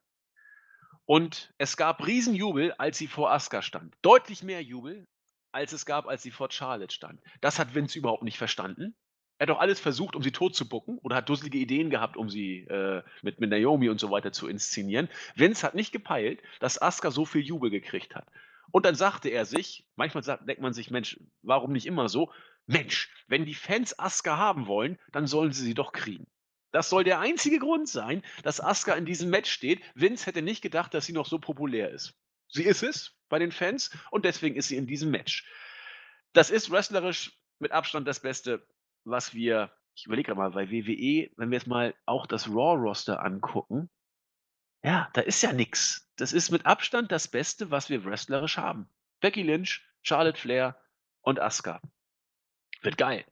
Und es gab Riesenjubel, als sie vor Asuka stand. Deutlich mehr Jubel, als es gab, als sie vor Charlotte stand. Das hat Vince überhaupt nicht verstanden. Er hat doch alles versucht, um sie totzubucken oder hat dusselige Ideen gehabt, um sie mit Naomi und so weiter zu inszenieren. Vince hat nicht gepeilt, dass Asuka so viel Jubel gekriegt hat. Und dann sagte er sich, manchmal denkt man sich: „Mensch, warum nicht immer so? Mensch, wenn die Fans Asuka haben wollen, dann sollen sie doch kriegen." Das soll der einzige Grund sein, dass Asuka in diesem Match steht. Vince hätte nicht gedacht, dass sie noch so populär ist. Sie ist es bei den Fans und deswegen ist sie in diesem Match. Das ist wrestlerisch mit Abstand das Beste, was wir ich überlege grad mal, bei WWE, wenn wir jetzt mal auch das Raw-Roster angucken, ja, da ist ja nix. Das ist mit Abstand das Beste, was wir wrestlerisch haben. Becky Lynch, Charlotte Flair und Asuka. Wird geil.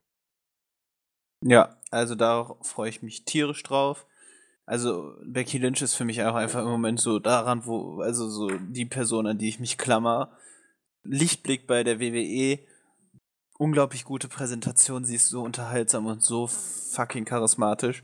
Ja, also da freue ich mich tierisch drauf. Also Becky Lynch ist für mich auch einfach im Moment so daran, also so die Person, an die ich mich klammer. Lichtblick bei der WWE, unglaublich gute Präsentation, sie ist so unterhaltsam und so fucking charismatisch.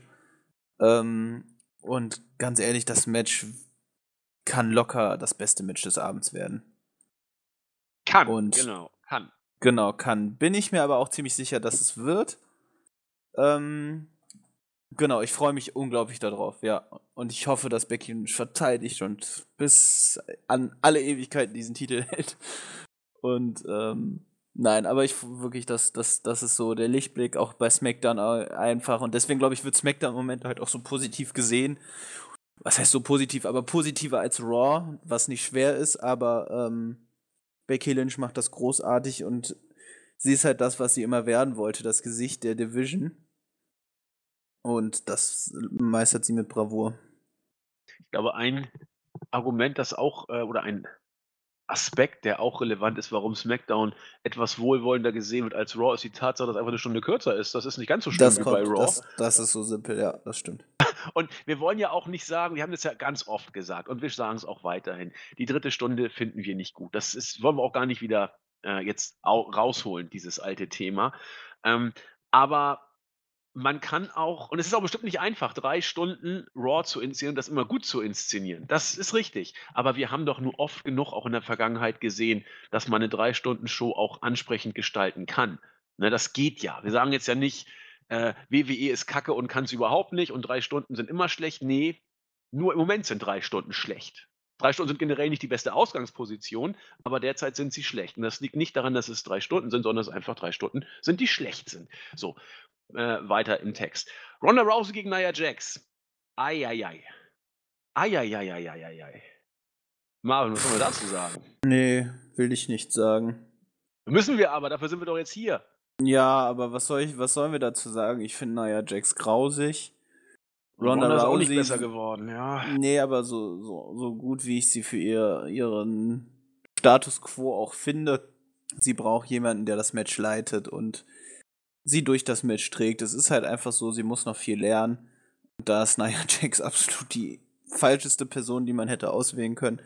Und ganz ehrlich, das Match kann locker das beste Match des Abends werden. Kann, Und genau, kann. genau, kann. Bin ich mir aber auch ziemlich sicher, dass es wird. Ähm, genau, ich freue mich unglaublich darauf, ja. Und ich hoffe, dass Becky Lynch verteidigt und bis an alle Ewigkeiten diesen Titel hält. Und nein, aber ich wirklich, das ist so der Lichtblick auch bei SmackDown einfach. Und deswegen glaube ich, wird SmackDown im Moment halt auch so positiv gesehen. Was heißt so positiv, aber positiver als Raw, was nicht schwer ist, aber Becky Lynch macht das großartig und sie ist halt das, was sie immer werden wollte, das Gesicht der Division. Und das meistert sie mit Bravour. Ich glaube, ein Argument, das auch oder ein Aspekt, der auch relevant ist, warum SmackDown etwas wohlwollender gesehen wird als Raw, ist die Tatsache, dass einfach 'ne Stunde kürzer ist. Das ist nicht ganz so schlimm Das wie bei kommt, Raw. das ist so simpel, ja, das stimmt. Und wir wollen ja auch nicht sagen, wir haben das ja ganz oft gesagt und wir sagen es auch weiterhin. Die dritte Stunde finden wir nicht gut. Das ist wollen wir auch gar nicht wieder jetzt rausholen, dieses alte Thema. Aber man kann auch und es ist auch bestimmt nicht einfach, 3 Stunden Raw zu inszenieren und das immer gut zu inszenieren. Das ist richtig. Aber wir haben doch nur oft genug auch in der Vergangenheit gesehen, dass man 'ne 3-Stunden-Show auch ansprechend gestalten kann. Ne, das geht ja. Wir sagen jetzt ja nicht, WWE ist Kacke und kann's überhaupt nicht und 3 Stunden sind immer schlecht. Ne, nur im Moment sind 3 Stunden schlecht. 3 Stunden sind generell nicht die beste Ausgangsposition, aber derzeit sind sie schlecht. Und das liegt nicht daran, dass es 3 Stunden sind, sondern dass es einfach 3 Stunden sind, die schlecht sind. So, weiter im Text. Ronda Rousey gegen Nia Jax. Ei, ei, ei. Ei, ei, ei, ei, ei, ei, ei. Marvin, was sollen wir dazu sagen? Nee, will ich nicht sagen. Müssen wir aber, dafür sind wir doch jetzt hier. Ja, aber was sollen wir dazu sagen? Ich finde Nia Jax grausig. Ronda Ronda ist auch nicht Rousey, besser geworden, ja. nee, aber so gut wie ich sie für ihren Status quo auch finde. Sie braucht jemanden, der das Match leitet und sie durch das Match trägt. Es ist halt einfach so, sie muss noch viel lernen. Und da ist Nia Jax absolut die falscheste Person, die man hätte auswählen können.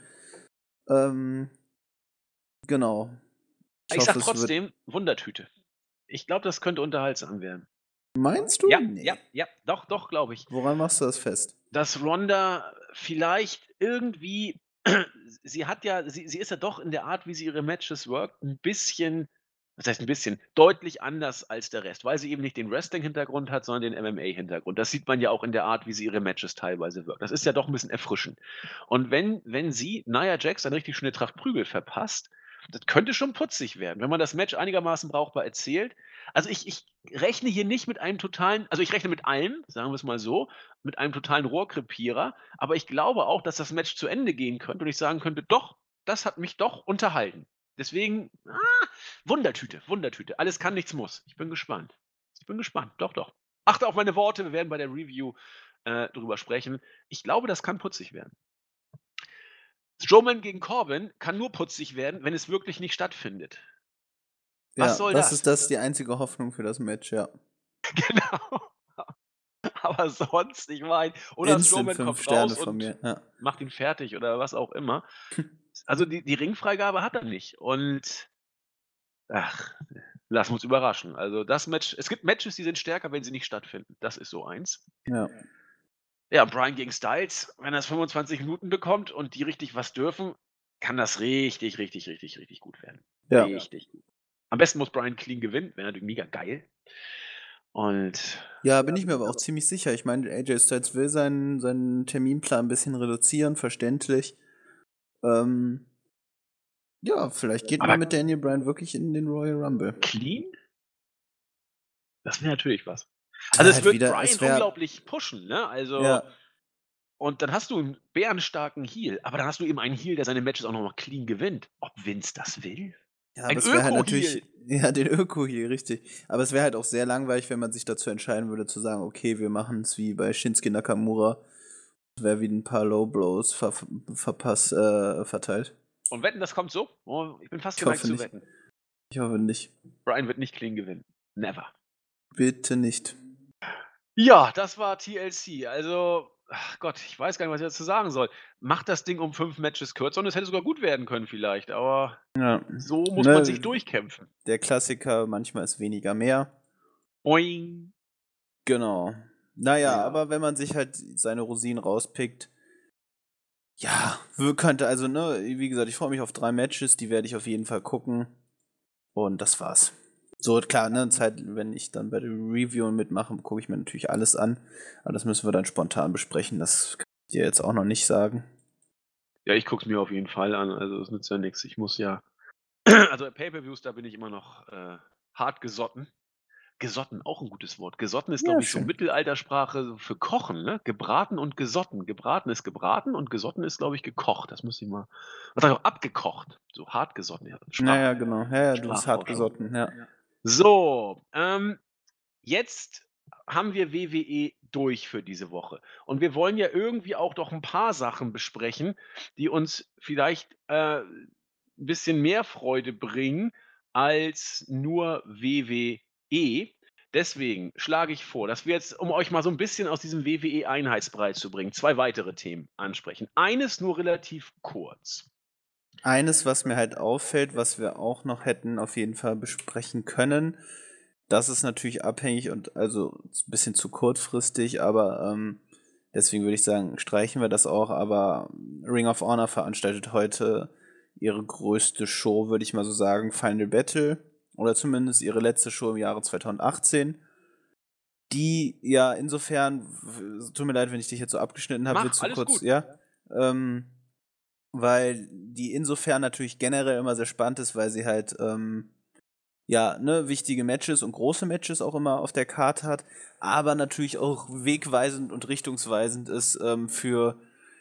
Genau. Ich sag hoffe, es wird. trotzdem, Wundertüte. Ich glaube, das könnte unterhaltsam werden. Meinst du? Ja, Nee. ja, doch, glaube ich. Woran machst du das fest? Dass Ronda vielleicht irgendwie sie ist ja doch in der Art, wie sie ihre Matches workt, 'n bisschen, was heißt 'n bisschen, deutlich anders als der Rest, weil sie eben nicht den Wrestling-Hintergrund hat, sondern den MMA-Hintergrund. Das sieht man ja auch in der Art, wie sie ihre Matches teilweise wirkt. Das ist ja doch 'n bisschen erfrischend. Und wenn sie Nia Jax eine richtig schöne Tracht Prügel verpasst, das könnte schon putzig werden, wenn man das Match einigermaßen brauchbar erzählt. Also, ich rechne hier nicht mit einem totalen, also, ich rechne mit allem, sagen wir's mal so, mit einem totalen Rohrkrepierer, aber ich glaube auch, dass das Match zu Ende gehen könnte und ich sagen könnte: „Doch, das hat mich doch unterhalten.“ Deswegen, Wundertüte, Wundertüte. Alles kann, nichts muss. Ich bin gespannt. Ich bin gespannt. Doch, doch. Achte auf meine Worte, wir werden bei der Review, drüber sprechen. Ich glaube, das kann putzig werden. Strowman gegen Corbin kann nur putzig werden, wenn es wirklich nicht stattfindet. Was Ja, soll das das? ist das die einzige Hoffnung für das Match, ja. Genau. Aber sonst, ich meine, oder Instant Strowman 5 kommt Sterne raus von und mir, ja. macht ihn fertig oder was auch immer. Also, die Ringfreigabe hat er nicht und ach, lassen wir uns überraschen. Also, das Match, es gibt Matches, die sind stärker, wenn sie nicht stattfinden. Das ist so eins. Ja. Ja, Bryan gegen Styles, wenn er's 25 Minuten bekommt und die richtig was dürfen, kann das richtig, richtig, richtig, richtig gut werden. Ja. Richtig gut. Am besten muss Bryan clean gewinnen, wäre natürlich mega geil. Und Ja, bin ich mir aber auch ziemlich sicher. Ich meine, AJ Styles will seinen Terminplan ein bisschen reduzieren, verständlich. Ja, vielleicht geht aber man mit Daniel Bryan wirklich in den Royal Rumble. clean? Das wäre natürlich was. Das Also, wär es halt wird wieder, Bryan es wäre, unglaublich pushen, ne? Also, ja, und dann hast du 'n bärenstarken Heel, aber dann hast du eben einen Heel, der seine Matches auch noch mal clean gewinnt. Ob Vince das will? ja, Ein aber es wäre halt Öko-Heel. natürlich, ja, den Öko hier, richtig. Aber es wäre halt auch sehr langweilig, wenn man sich dazu entscheiden würde, zu sagen, okay, wir machen es wie bei Shinsuke Nakamura, wäre wie ein paar Low Blows verteilt. Und wetten, das kommt so? Oh, ich bin fast Ich geneigt hoffe zu nicht. wetten. Ich hoffe nicht. Bryan wird nicht clean gewinnen. Never. Bitte nicht. Ja, das war TLC. Also, ach Gott, ich weiß gar nicht, was ich dazu sagen soll. Macht das Ding um 5 Matches kürzer und es hätte sogar gut werden können vielleicht, aber Ja. so muss man sich Ne, durchkämpfen. der Klassiker, manchmal ist weniger mehr. Boing. Genau. Naja, Ja. aber wenn man sich halt seine Rosinen rauspickt, ja, könnte, also, ne, wie gesagt, ich freue mich auf 3 Matches, die werde ich auf jeden Fall gucken. Und das war's. So, klar, ne, Zeit, wenn ich dann bei der Review mitmache, gucke ich mir natürlich alles an. Aber das müssen wir dann spontan besprechen. Das kann ich dir jetzt auch noch nicht sagen. Ja, ich gucke es mir auf jeden Fall an. Also, es nützt ja nix. Ich muss ja also, Pay-per-Views, da bin ich immer noch, hart gesotten. Gesotten, auch 'n gutes Wort. Gesotten ist, Ja, glaube ich, so schön. Mittelaltersprache für Kochen, ne? Gebraten und gesotten. Gebraten ist gebraten und gesotten ist, glaube ich, gekocht. Das müsste ich mal, was sage ich auch, abgekocht, so hart gesotten, ja, Naja, genau. Ja, ja, du bist hart Sprachforschung. gesotten, ja. So, jetzt haben wir WWE durch für diese Woche und wir wollen ja irgendwie auch doch 'n paar Sachen besprechen, die uns vielleicht, 'n bisschen mehr Freude bringen als nur WWE. Deswegen schlage ich vor, dass wir jetzt, um euch mal so 'n bisschen aus diesem WWE-Einheitsbrei zu bringen, 2 weitere Themen ansprechen. Eines nur relativ kurz. Eines, was mir halt auffällt, was wir auch noch hätten auf jeden Fall besprechen können, das ist natürlich abhängig und also ist ein bisschen zu kurzfristig, aber deswegen würde ich sagen, streichen wir das auch. Aber Ring of Honor veranstaltet heute ihre größte Show, würde ich mal so sagen, Final Battle. Oder zumindest ihre letzte Show im Jahre 2018. Die ja insofern, tut mir leid, wenn ich dich jetzt so abgeschnitten habe, Mach, willst du alles kurz, gut. ja? Weil die insofern natürlich generell immer sehr spannend ist, weil sie halt ja, ne, wichtige Matches und große Matches auch immer auf der Karte hat, aber natürlich auch wegweisend und richtungsweisend ist für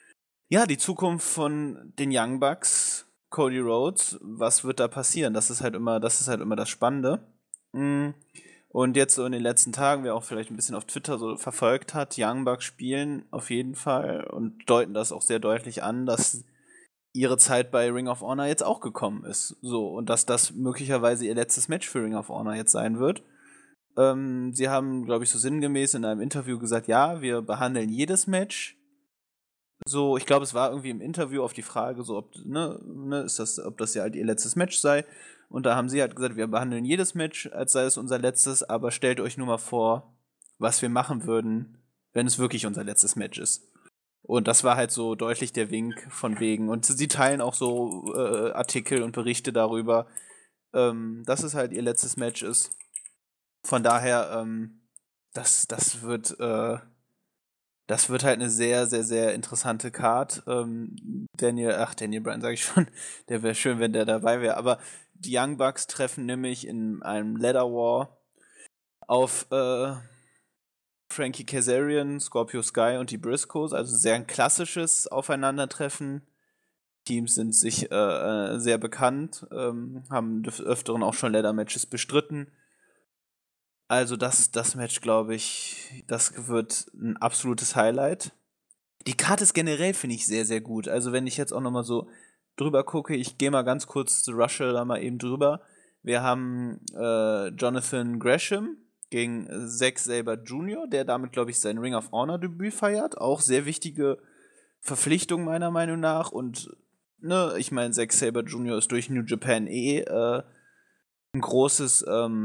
Ja, die Zukunft von den Young Bucks, Cody Rhodes, was wird da passieren? Das ist halt immer das Spannende. Und jetzt so in den letzten Tagen, wer auch vielleicht ein bisschen auf Twitter so verfolgt hat, Young Bucks spielen auf jeden Fall und deuten das auch sehr deutlich an, dass ihre Zeit bei Ring of Honor jetzt auch gekommen ist. So, und dass das möglicherweise ihr letztes Match für Ring of Honor jetzt sein wird. Sie haben, glaube ich, so sinngemäß in einem Interview gesagt, ja, wir behandeln jedes Match. So, ich glaube, es war irgendwie im Interview auf die Frage, so, ob ob das ja halt ihr letztes Match sei. Und da haben sie halt gesagt, wir behandeln jedes Match, als sei es unser letztes, aber stellt euch nur mal vor, was wir machen würden, wenn es wirklich unser letztes Match ist. Und das war halt so deutlich der Wink von wegen. Und sie teilen auch so Artikel und Berichte darüber, dass es halt ihr letztes Match ist. Von daher, das wird halt eine sehr, sehr, sehr interessante Card. Daniel Bryan sage ich schon, der wäre schön, wenn der dabei wäre. Aber die Young Bucks treffen nämlich in einem Ladder War auf Frankie Kazarian, Scorpio Sky und die Briscoes. Also sehr ein klassisches Aufeinandertreffen. Teams sind sich sehr bekannt, haben des Öfteren auch schon Ladder-Matches bestritten. Also das Match, glaube ich, das wird ein absolutes Highlight. Die Karte ist generell, finde ich, sehr, sehr gut. Also wenn ich jetzt auch noch mal so drüber gucke, ich gehe mal ganz kurz zu Russell da mal eben drüber. Wir haben Jonathan Gresham gegen Zack Sabre Jr., der damit, glaube ich, sein Ring of Honor Debüt feiert. Auch sehr wichtige Verpflichtung meiner Meinung nach. Und ne, ich meine, Zack Sabre Jr. ist durch New Japan ein großes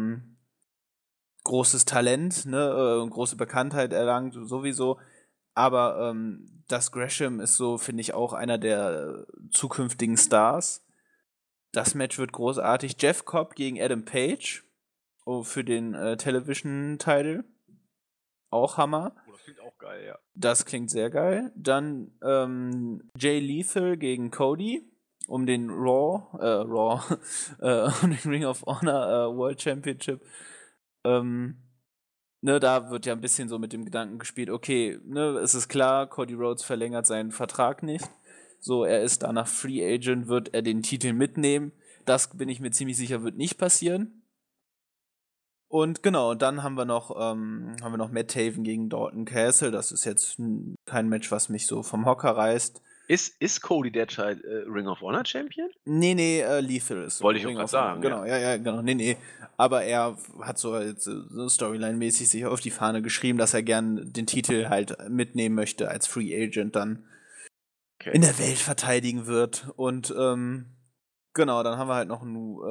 Talent, ne, große Bekanntheit erlangt, sowieso. Aber das Gresham ist so, finde ich, auch einer der zukünftigen Stars. Das Match wird großartig. Jeff Cobb gegen Adam Page für den Television-Title. Auch Hammer. Oh, das klingt auch geil, ja. Das klingt sehr geil. Dann Jay Lethal gegen Cody um den um den Ring of Honor World Championship. Da wird ja ein bisschen so mit dem Gedanken gespielt, okay, es ist klar, Cody Rhodes verlängert seinen Vertrag nicht. So, er ist danach Free Agent, wird er den Titel mitnehmen. Das bin ich mir ziemlich sicher, wird nicht passieren. Und genau, dann haben wir noch Matt Taven gegen Dalton Castle. Das ist jetzt kein Match, was mich so vom Hocker reißt. Ist Cody derzeit Ring of Honor Champion? Nee, Lethal ist Wollte ich auch Ring grad of sagen, Honor. Genau, ja, genau. Nee. Aber er hat so jetzt so Storyline-mäßig sich auf die Fahne geschrieben, dass er gern den Titel halt mitnehmen möchte als Free Agent dann in der Welt verteidigen wird. Und genau, dann haben wir halt noch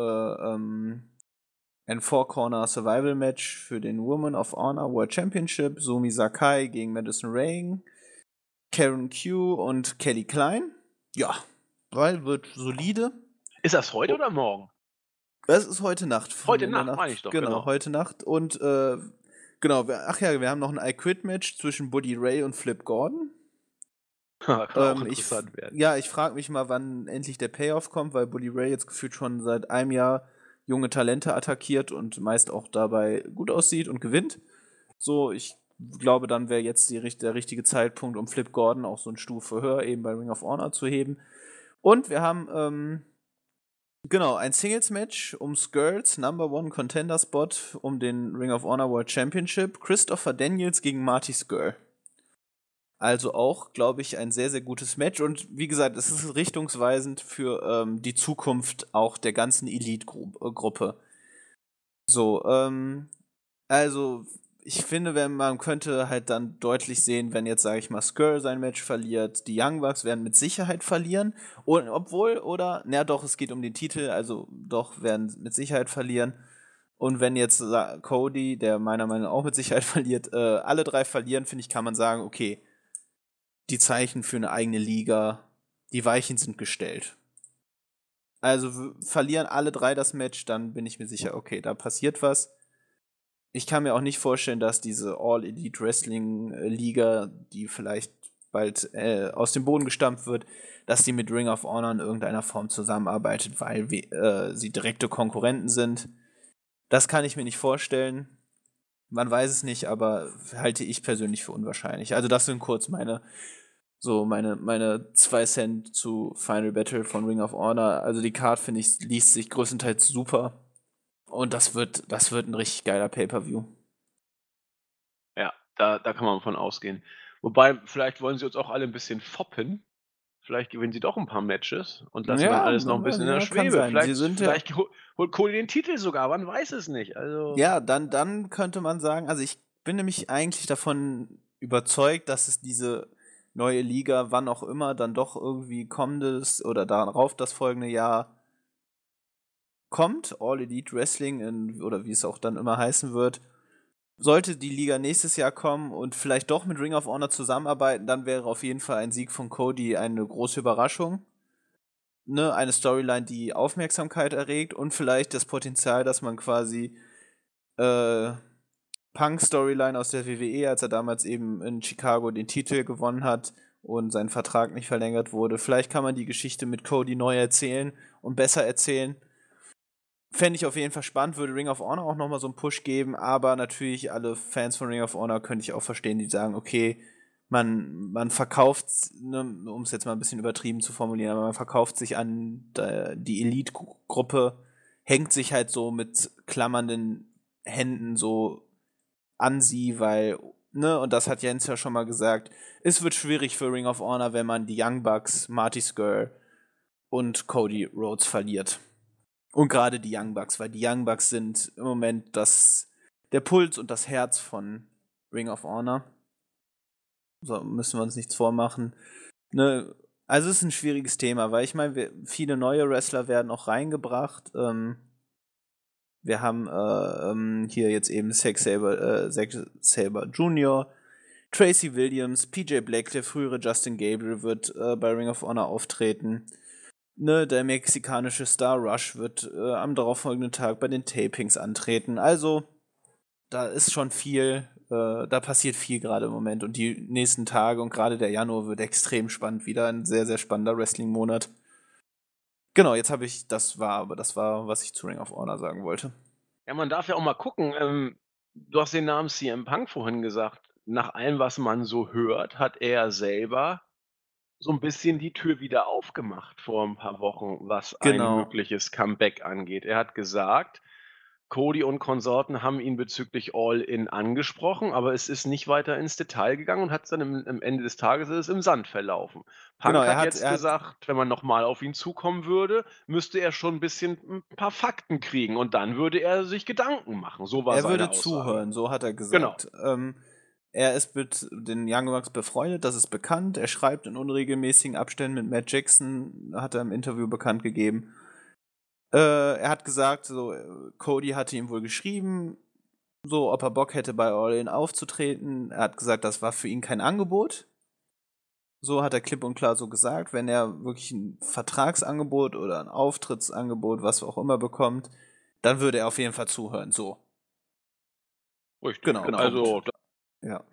ein Four-Corner Survival Match für den Women of Honor World Championship. Sumi Sakai gegen Madison Rayne, Karen Q und Kelly Klein. Ja, weil wird solide. Ist das heute oder morgen? Das ist heute Nacht. Heute Nacht, meine ich doch, genau. Heute Nacht. Und genau, wir haben noch ein I Quit Match zwischen Buddy Ray und Flip Gordon. Kann auch interessant werden. Ja, ich frage mich mal, wann endlich der Payoff kommt, weil Buddy Ray jetzt gefühlt schon seit einem Jahr junge Talente attackiert und meist auch dabei gut aussieht und gewinnt. So, ich glaube, dann wäre jetzt der richtige Zeitpunkt, um Flip Gordon auch so eine Stufe höher eben bei Ring of Honor zu heben. Und wir haben genau, ein Singles-Match um Skirts, Number One Contender Spot um den Ring of Honor World Championship. Christopher Daniels gegen Marty Scurll. Also auch, glaube ich, ein sehr, sehr gutes Match. Und wie gesagt, es ist richtungsweisend für die Zukunft auch der ganzen Elite-Gruppe. So, also ich finde, man könnte halt dann deutlich sehen, wenn jetzt, sage ich mal, Scurll sein Match verliert, die Young Bucks werden mit Sicherheit verlieren. Und es geht um den Titel, also doch werden mit Sicherheit verlieren. Und wenn jetzt Cody, der meiner Meinung nach auch mit Sicherheit verliert, alle drei verlieren, finde ich, kann man sagen, okay, die Zeichen für eine eigene Liga, die Weichen sind gestellt. Also verlieren alle drei das Match, dann bin ich mir sicher, okay, da passiert was. Ich kann mir auch nicht vorstellen, dass diese All-Elite Wrestling-Liga, die vielleicht bald aus dem Boden gestampft wird, dass die mit Ring of Honor in irgendeiner Form zusammenarbeitet, weil sie direkte Konkurrenten sind. Das kann ich mir nicht vorstellen. Man weiß es nicht, aber halte ich persönlich für unwahrscheinlich. Also das sind kurz meine So meine 2 Cent zu Final Battle von Ring of Honor. Also die Card, finde ich, liest sich größtenteils super. Und das wird ein richtig geiler Pay-Per-View. Ja, da kann man von ausgehen. Wobei, vielleicht wollen sie uns auch alle ein bisschen foppen. Vielleicht gewinnen sie doch ein paar Matches und lassen dann Ja, alles noch ein bisschen in der ja, kann Schwebe. sein. Sie Vielleicht sind ja. vielleicht holt Cody den Titel sogar, man weiß es nicht. Also, Ja, dann könnte man sagen, also ich bin nämlich eigentlich davon überzeugt, dass es diese neue Liga, wann auch immer, dann doch irgendwie kommendes oder darauf das folgende Jahr kommt. All Elite Wrestling oder wie es auch dann immer heißen wird. Sollte die Liga nächstes Jahr kommen und vielleicht doch mit Ring of Honor zusammenarbeiten, dann wäre auf jeden Fall ein Sieg von Cody eine große Überraschung. Ne, eine Storyline, die Aufmerksamkeit erregt und vielleicht das Potenzial, dass man quasi Punk-Storyline aus der WWE, als er damals eben in Chicago den Titel gewonnen hat und sein Vertrag nicht verlängert wurde. Vielleicht kann man die Geschichte mit Cody neu erzählen und besser erzählen. Fände ich auf jeden Fall spannend, würde Ring of Honor auch nochmal so einen Push geben, aber natürlich alle Fans von Ring of Honor könnte ich auch verstehen, die sagen, okay, man verkauft, ne, um es jetzt mal ein bisschen übertrieben zu formulieren, aber man verkauft sich an die Elite-Gruppe, hängt sich halt so mit klammernden Händen so an sie, weil, ne, und das hat Jens ja schon mal gesagt, es wird schwierig für Ring of Honor, wenn man die Young Bucks, Marty Scurll und Cody Rhodes verliert. Und gerade die Young Bucks, weil die Young Bucks sind im Moment der Puls und das Herz von Ring of Honor. So müssen wir uns nichts vormachen. Ne, also es ist ein schwieriges Thema, weil ich meine, viele neue Wrestler werden auch reingebracht. Wir haben hier jetzt eben Zack Sabre Jr., Tracy Williams, PJ Black, der frühere Justin Gabriel, wird bei Ring of Honor auftreten. Ne, der mexikanische Star Rush wird am darauffolgenden Tag bei den Tapings antreten. Also, da ist schon viel, da passiert viel gerade im Moment. Und die nächsten Tage und gerade der Januar wird extrem spannend. Wieder ein sehr, sehr spannender Wrestling-Monat. Genau, das war, was ich zu Ring of Honor sagen wollte. ja, man darf ja auch mal gucken, du hast den Namen CM Punk vorhin gesagt. Nach allem, was man so hört, hat er selber so 'n bisschen die Tür wieder aufgemacht vor 'n paar Wochen, was ein Genau. mögliches Comeback angeht. Er hat gesagt, Cody und Konsorten haben ihn bezüglich All In angesprochen, aber es ist nicht weiter ins Detail gegangen und hat's dann am Ende des Tages ist es im Sand verlaufen. Genau, Punk hat jetzt er hat gesagt, wenn man noch mal auf ihn zukommen würde, müsste er schon 'n bisschen 'n paar Fakten kriegen und dann würde er sich Gedanken machen. So war Er seine würde Aussage. zuhören, so hat er Genau. gesagt. Er ist mit den Young Bucks befreundet, das ist bekannt. Er schreibt in unregelmäßigen Abständen mit Matt Jackson, hat er im Interview bekannt gegeben. Er hat gesagt, so, Cody hatte ihm wohl geschrieben, so, ob er Bock hätte, bei All In aufzutreten. Er hat gesagt, das war für ihn kein Angebot. So hat er klipp und klar so gesagt. Wenn er wirklich ein Vertragsangebot oder ein Auftrittsangebot, was auch immer bekommt, dann würde er auf jeden Fall zuhören. So. Richtig. Genau. Also, Ja.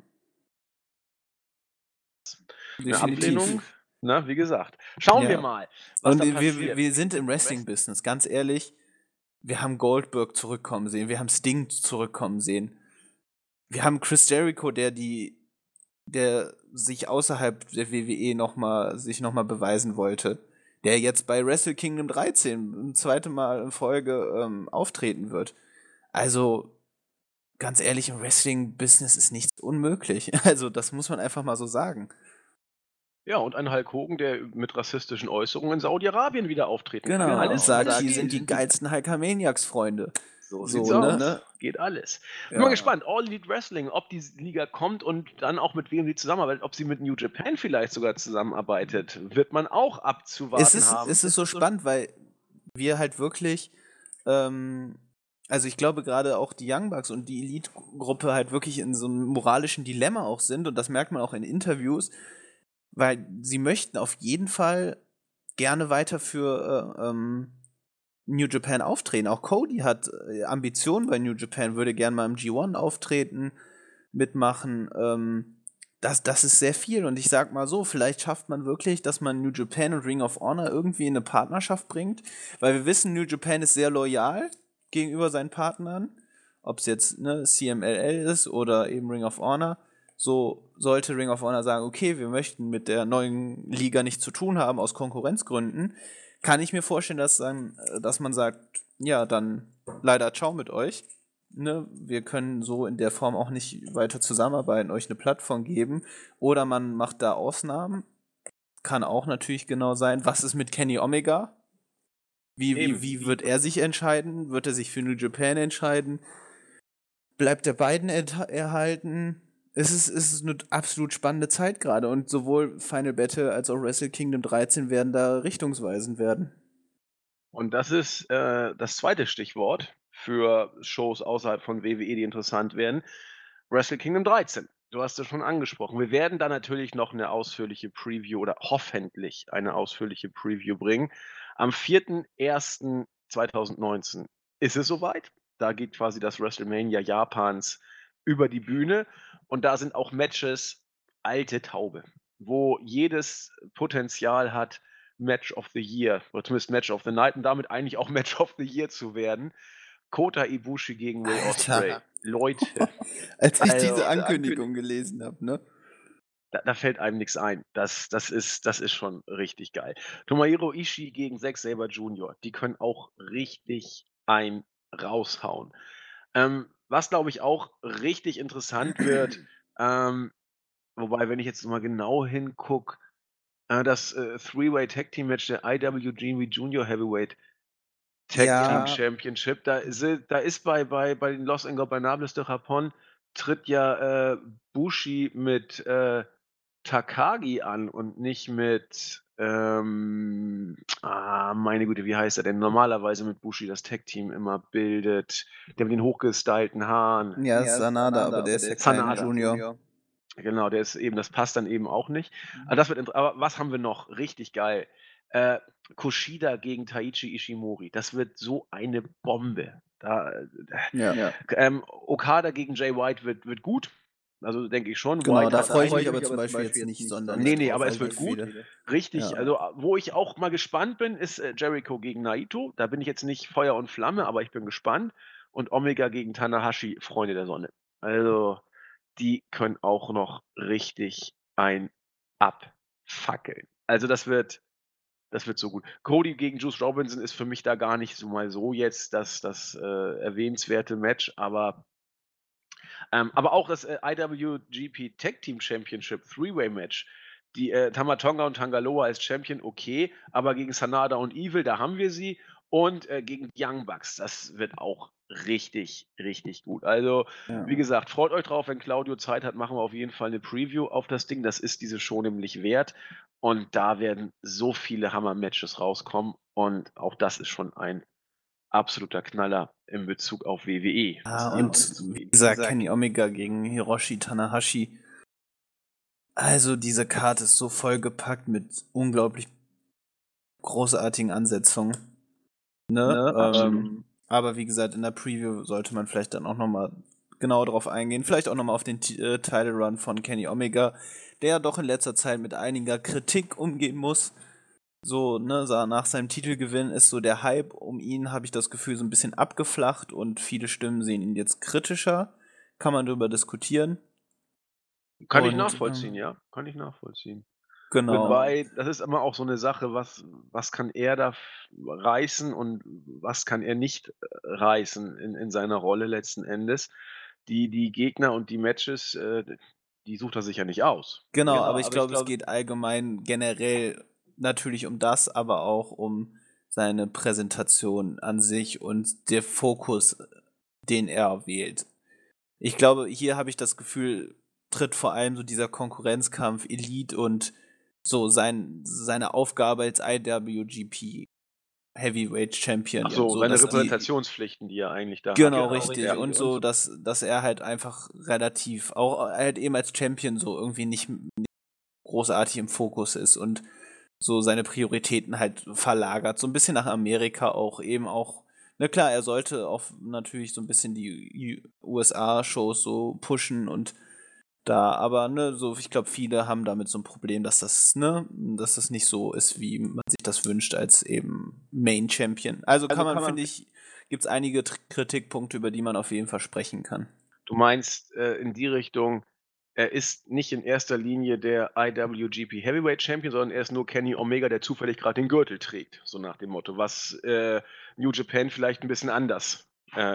'ne Definitiv. Ablehnung, ne, wie gesagt. Schauen wir Ja. mal, was Und da wir, passiert. wir sind im Wrestling-Business, ganz ehrlich. Wir haben Goldberg zurückkommen sehen, wir haben Sting zurückkommen sehen. Wir haben Chris Jericho, der sich außerhalb der WWE sich noch mal beweisen wollte, der jetzt bei Wrestle Kingdom 13 ein zweites Mal in Folge auftreten wird. Also, ganz ehrlich, im Wrestling-Business ist nichts unmöglich. Also, das muss man einfach mal so sagen. Ja, und ein Hulk Hogan, der mit rassistischen Äußerungen in Saudi-Arabien wieder auftreten kann. Genau, und sagt, Alles hier sind die geht. geilsten Hulkamaniacs-Freunde. So sieht's So, ne? aus. Geht alles. Bin mal Ja. gespannt, All Elite Wrestling, ob die Liga kommt und dann auch mit wem sie zusammenarbeitet, ob sie mit New Japan vielleicht sogar zusammenarbeitet, wird man auch abzuwarten haben. Es ist so spannend, weil wir halt wirklich, also ich glaube gerade auch die Young Bucks und die Elite-Gruppe halt wirklich in so einem moralischen Dilemma auch sind und das merkt man auch in Interviews, weil sie möchten auf jeden Fall gerne weiter für New Japan auftreten. Auch Cody hat Ambitionen bei New Japan, würde gerne mal im G1 auftreten, mitmachen. Das ist sehr viel und ich sag mal so, vielleicht schafft man wirklich, dass man New Japan und Ring of Honor irgendwie in eine Partnerschaft bringt, weil wir wissen, New Japan ist sehr loyal gegenüber seinen Partnern, ob es jetzt ne, CMLL ist oder eben Ring of Honor. So sollte Ring of Honor sagen, okay, wir möchten mit der neuen Liga nichts zu tun haben aus Konkurrenzgründen, kann ich mir vorstellen, dass man sagt, ja, dann leider ciao mit euch. Ne? Wir können so in der Form auch nicht weiter zusammenarbeiten, euch eine Plattform geben. Oder man macht da Ausnahmen. Kann auch natürlich genau sein. Was ist mit Kenny Omega? Wie wird er sich entscheiden? Wird er sich für New Japan entscheiden? Bleibt der beiden erhalten? Es ist eine absolut spannende Zeit gerade und sowohl Final Battle als auch Wrestle Kingdom 13 werden da richtungsweisend werden. Und das ist, das zweite Stichwort für Shows außerhalb von WWE, die interessant werden. Wrestle Kingdom 13. Du hast es schon angesprochen. Wir werden da natürlich noch eine ausführliche Preview oder hoffentlich eine ausführliche Preview bringen. Am 4.1.2019 ist es soweit. Da geht quasi das WrestleMania Japans über die Bühne und da sind auch Matches alte Taube, wo jedes Potenzial hat, Match of the Year oder zumindest Match of the Night und damit eigentlich auch Match of the Year zu werden. Kota Ibushi gegen Will Ospreay. Leute, Als ich also diese Ankündigung gelesen habe, ne? da fällt einem nichts ein. Das ist schon richtig geil. Tomohiro Ishii gegen Zack Sabre Jr., die können auch richtig einen raushauen. Was, glaube ich, auch richtig interessant wird, wobei, wenn ich jetzt mal genau hingucke, das, Three-Way Tag Team Match der IWGP Junior Heavyweight Tag Team Ja, Championship, da ist bei den Los Ingobernables de Japón tritt ja, Bushi mit, Takagi an und nicht mit, meine Güte, wie heißt er denn? Normalerweise mit Bushi das Tag-Team immer bildet, der mit den hochgestylten Haaren. ja, Sanada, aber der ist ja kein Sanada. Junior. Genau, der ist eben das passt dann eben auch nicht. Das wird aber was haben wir noch? Richtig geil. Äh, Kushida gegen Taichi Ishimori. Das wird so eine Bombe. Ja. Okada gegen Jay White wird gut. Also, denke ich schon. Genau, White da hat freue ich mich eigentlich aber zum Beispiel jetzt nicht sonderlich ne, ne, drauf, aber es weil wird die gut. Fehde. Richtig, Ja. also, wo ich auch mal gespannt bin, ist, Jericho gegen Naito. Da bin ich jetzt nicht Feuer und Flamme, aber ich bin gespannt. Und Omega gegen Tanahashi, Freunde der Sonne. Also, die können auch noch richtig einen abfackeln. Also, das wird so gut. Cody gegen Juice Robinson ist für mich da gar nicht so mal so jetzt das erwähnenswerte Match, aber auch das, IWGP Tag Team Championship Three-Way Match. Die, Tama Tonga und Tanga Loa als Champion, okay, aber gegen Sanada und Evil, da haben wir sie und, gegen die Young Bucks, das wird auch richtig, richtig gut. Also, Ja. wie gesagt, freut euch drauf, wenn Claudio Zeit hat, machen wir auf jeden Fall 'ne Preview auf das Ding. Das ist diese Show nämlich wert und da werden so viele Hammer-Matches rauskommen und auch das ist schon ein absoluter Knaller in Bezug auf WWE, was Ah, die und rauszubieten. wie gesagt, Kenny Omega gegen Hiroshi Tanahashi. Also diese Karte ist so vollgepackt mit unglaublich großartigen Ansetzungen. Ne? Absolut. Aber wie gesagt, in der Preview sollte man vielleicht dann auch nochmal genau drauf eingehen. Vielleicht auch nochmal auf den Title Run von Kenny Omega, der doch in letzter Zeit mit einiger Kritik umgehen muss. So, ne, nach seinem Titelgewinn ist so der Hype um ihn, habe ich das Gefühl, so ein bisschen abgeflacht und viele Stimmen sehen ihn jetzt kritischer. Kann man darüber diskutieren. Kann ich Und, nachvollziehen, ja, kann ich nachvollziehen. genau. Wobei, das ist immer auch so 'ne Sache, was kann er da reißen und was kann er nicht, reißen in seiner Rolle letzten Endes. Die Gegner und die Matches, die sucht er sich ja nicht aus. Genau, Ne? aber ich glaube, es geht allgemein generell natürlich um das, aber auch um seine Präsentation an sich und der Fokus, den er wählt. Ich glaube, hier habe ich das Gefühl, tritt vor allem so dieser Konkurrenzkampf Elite und so seine Aufgabe als IWGP Heavyweight Champion. Ach so, seine dass die, Repräsentationspflichten, die er eigentlich da hat. genau, richtig. Ja. Und so, dass er halt einfach relativ, auch halt eben als Champion so irgendwie nicht großartig im Fokus ist und so seine Prioritäten halt verlagert. So ein bisschen nach Amerika auch, eben auch. Na klar, er sollte auch natürlich so ein bisschen die USA-Shows so pushen und da, aber ne, so, ich glaube, viele haben damit so ein Problem, dass das nicht so ist, wie man sich das wünscht, als eben Main Champion. Also kann man, finde ich, gibt es einige Kritikpunkte, über die man auf jeden Fall sprechen kann. Du meinst, in die Richtung, er ist nicht in erster Linie der IWGP Heavyweight Champion, sondern er ist nur Kenny Omega, der zufällig gerade den Gürtel trägt, so nach dem Motto, was, New Japan vielleicht 'n bisschen anders,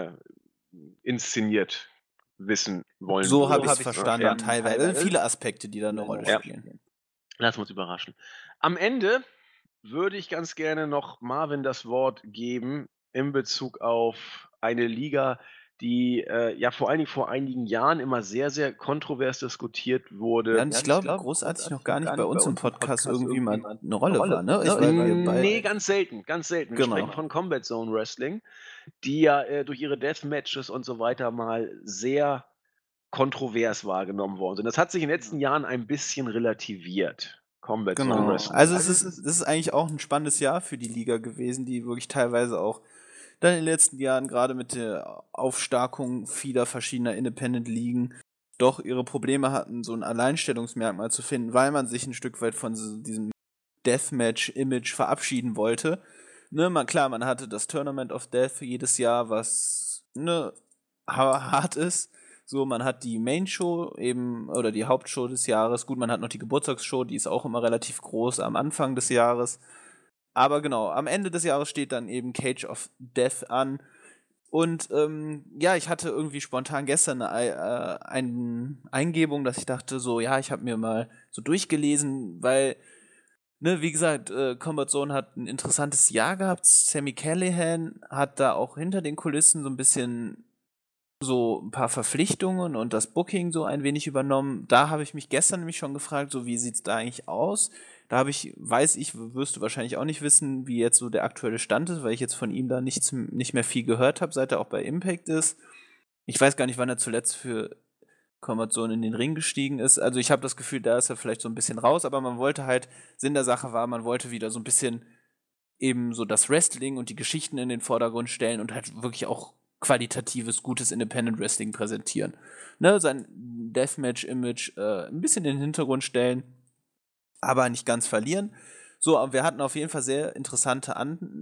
inszeniert wissen wollen So habe würde. ich es Ja. verstanden, teilweise. Viele Aspekte, die da eine Rolle Ja. spielen. Lassen wir uns überraschen. Am Ende würde ich ganz gerne noch Marvin das Wort geben in Bezug auf eine Liga, die, ja vor allen Dingen vor einigen Jahren immer sehr, sehr kontrovers diskutiert wurde. Ja, und ich glaube, großartig noch gar nicht bei uns im Podcast irgendwie mal eine Rolle war, ne? Weil wir Ne, bei ganz selten, ganz selten. Wir Genau. sprechen von Combat Zone Wrestling, die ja, durch ihre Deathmatches und so weiter mal sehr kontrovers wahrgenommen worden sind. Das hat sich in den letzten Jahren ein bisschen relativiert. Combat Zone Genau. Wrestling. Also das ist eigentlich auch ein spannendes Jahr für die Liga gewesen, die wirklich teilweise auch dann in den letzten Jahren gerade mit der Aufstockung vieler verschiedener Independent-Ligen doch ihre Probleme hatten, so ein Alleinstellungsmerkmal zu finden, weil man sich ein Stück weit von diesem Deathmatch-Image verabschieden wollte. Ne, man hatte das Tournament of Death jedes Jahr, was hart ist. So, man hat die Main-Show eben, oder die Hauptshow des Jahres. Gut, man hat noch die Geburtstagsshow, die ist auch immer relativ groß am Anfang des Jahres. Aber genau, am Ende des Jahres steht dann eben Cage of Death an. Und ja, ich hatte irgendwie spontan gestern eine Eingebung, dass ich dachte, so, ja, ich habe mir mal so durchgelesen, weil, ne, wie gesagt, Combat Zone hat ein interessantes Jahr gehabt. Sami Callihan hat da auch hinter den Kulissen so ein bisschen so ein paar Verpflichtungen und das Booking so ein wenig übernommen. Da habe ich mich gestern nämlich schon gefragt, so wie sieht's da eigentlich aus? Wirst du wahrscheinlich auch nicht wissen, wie jetzt so der aktuelle Stand ist, weil ich jetzt von ihm da nicht mehr viel gehört habe, seit er auch bei Impact ist. Ich weiß gar nicht, wann er zuletzt für Combat Zone in den Ring gestiegen ist. Also ich habe das Gefühl, da ist er vielleicht so ein bisschen raus, aber man wollte halt, Sinn der Sache war, man wollte wieder so ein bisschen eben so das Wrestling und die Geschichten in den Vordergrund stellen und halt wirklich auch qualitatives, gutes Independent Wrestling präsentieren. Ne, sein Deathmatch-Image ein bisschen in den Hintergrund stellen, aber nicht ganz verlieren. So, aber wir hatten auf jeden Fall sehr interessante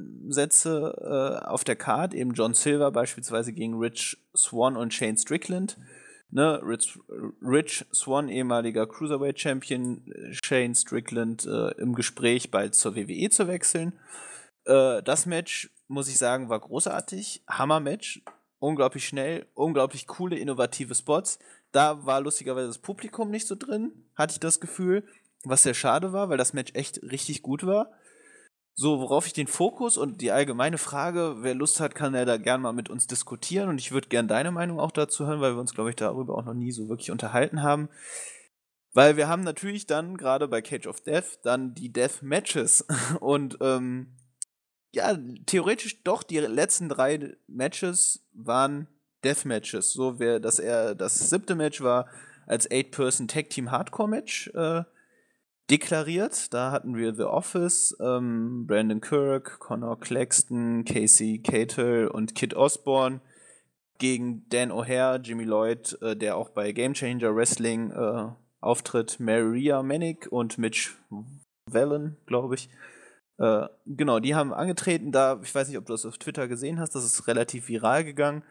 Ansätze auf der Card, eben John Silver beispielsweise gegen Rich Swann und Shane Strickland. Ne, Rich Swann, ehemaliger Cruiserweight-Champion, Shane Strickland im Gespräch, bald zur WWE zu wechseln. Das Match, muss ich sagen, war großartig. Hammer-Match. Unglaublich schnell, unglaublich coole, innovative Spots. Da war lustigerweise das Publikum nicht so drin, hatte ich das Gefühl. Was sehr schade war, weil das Match echt richtig gut war. So, worauf ich den Fokus und die allgemeine Frage, wer Lust hat, kann ja da gern mal mit uns diskutieren. Und ich würde gern deine Meinung auch dazu hören, weil wir uns, glaube ich, darüber auch noch nie so wirklich unterhalten haben. Weil wir haben natürlich dann, gerade bei Cage of Death, dann die Death-Matches. Und ja, theoretisch doch, die letzten 3 Matches waren Death-Matches. So, das 7. Match war als 8-Person Tag-Team Hardcore-Match deklariert. Da hatten wir The Office, Brandon Kirk, Connor Claxton, Casey Cahill und Kid Osborne gegen Dan O'Hare, Jimmy Lloyd, der auch bei Game Changer Wrestling auftritt, Maria Manick und Mitch Valen, glaube ich. Genau, die haben angetreten. Da, ich weiß nicht, ob du das auf Twitter gesehen hast, das ist relativ viral gegangen.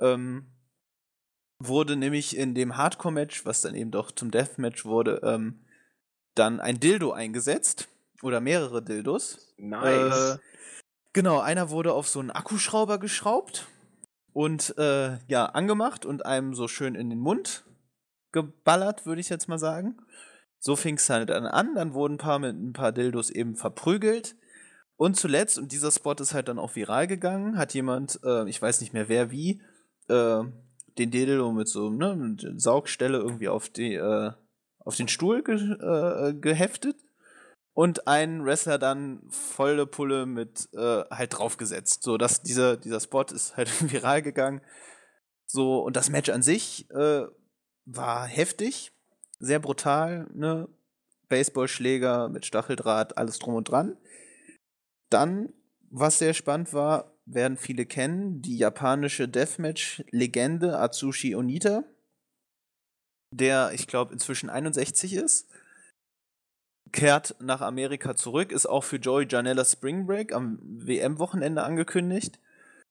Wurde nämlich in dem Hardcore-Match, was dann eben doch zum Death-Match wurde, dann ein Dildo eingesetzt. Oder mehrere Dildos. Nice. Genau, einer wurde auf so einen Akkuschrauber geschraubt und ja, angemacht und einem so schön in den Mund geballert, würde ich jetzt mal sagen. So fing es halt dann an. Dann wurden mit ein paar Dildos eben verprügelt. Und zuletzt, und dieser Spot ist halt dann auch viral gegangen, hat jemand, ich weiß nicht mehr wer wie, den Dildo mit so mit Saugstelle irgendwie auf den Stuhl geheftet und einen Wrestler dann volle Pulle mit halt draufgesetzt. So, dass dieser Spot ist halt viral gegangen. So, und das Match an sich war heftig, sehr brutal, ne? Baseballschläger mit Stacheldraht, alles drum und dran. Dann, was sehr spannend war, werden viele kennen, die japanische Deathmatch-Legende Atsushi Onita, der, ich glaube, inzwischen 61 ist, kehrt nach Amerika zurück, ist auch für Joey Janela Spring Break am WM-Wochenende angekündigt.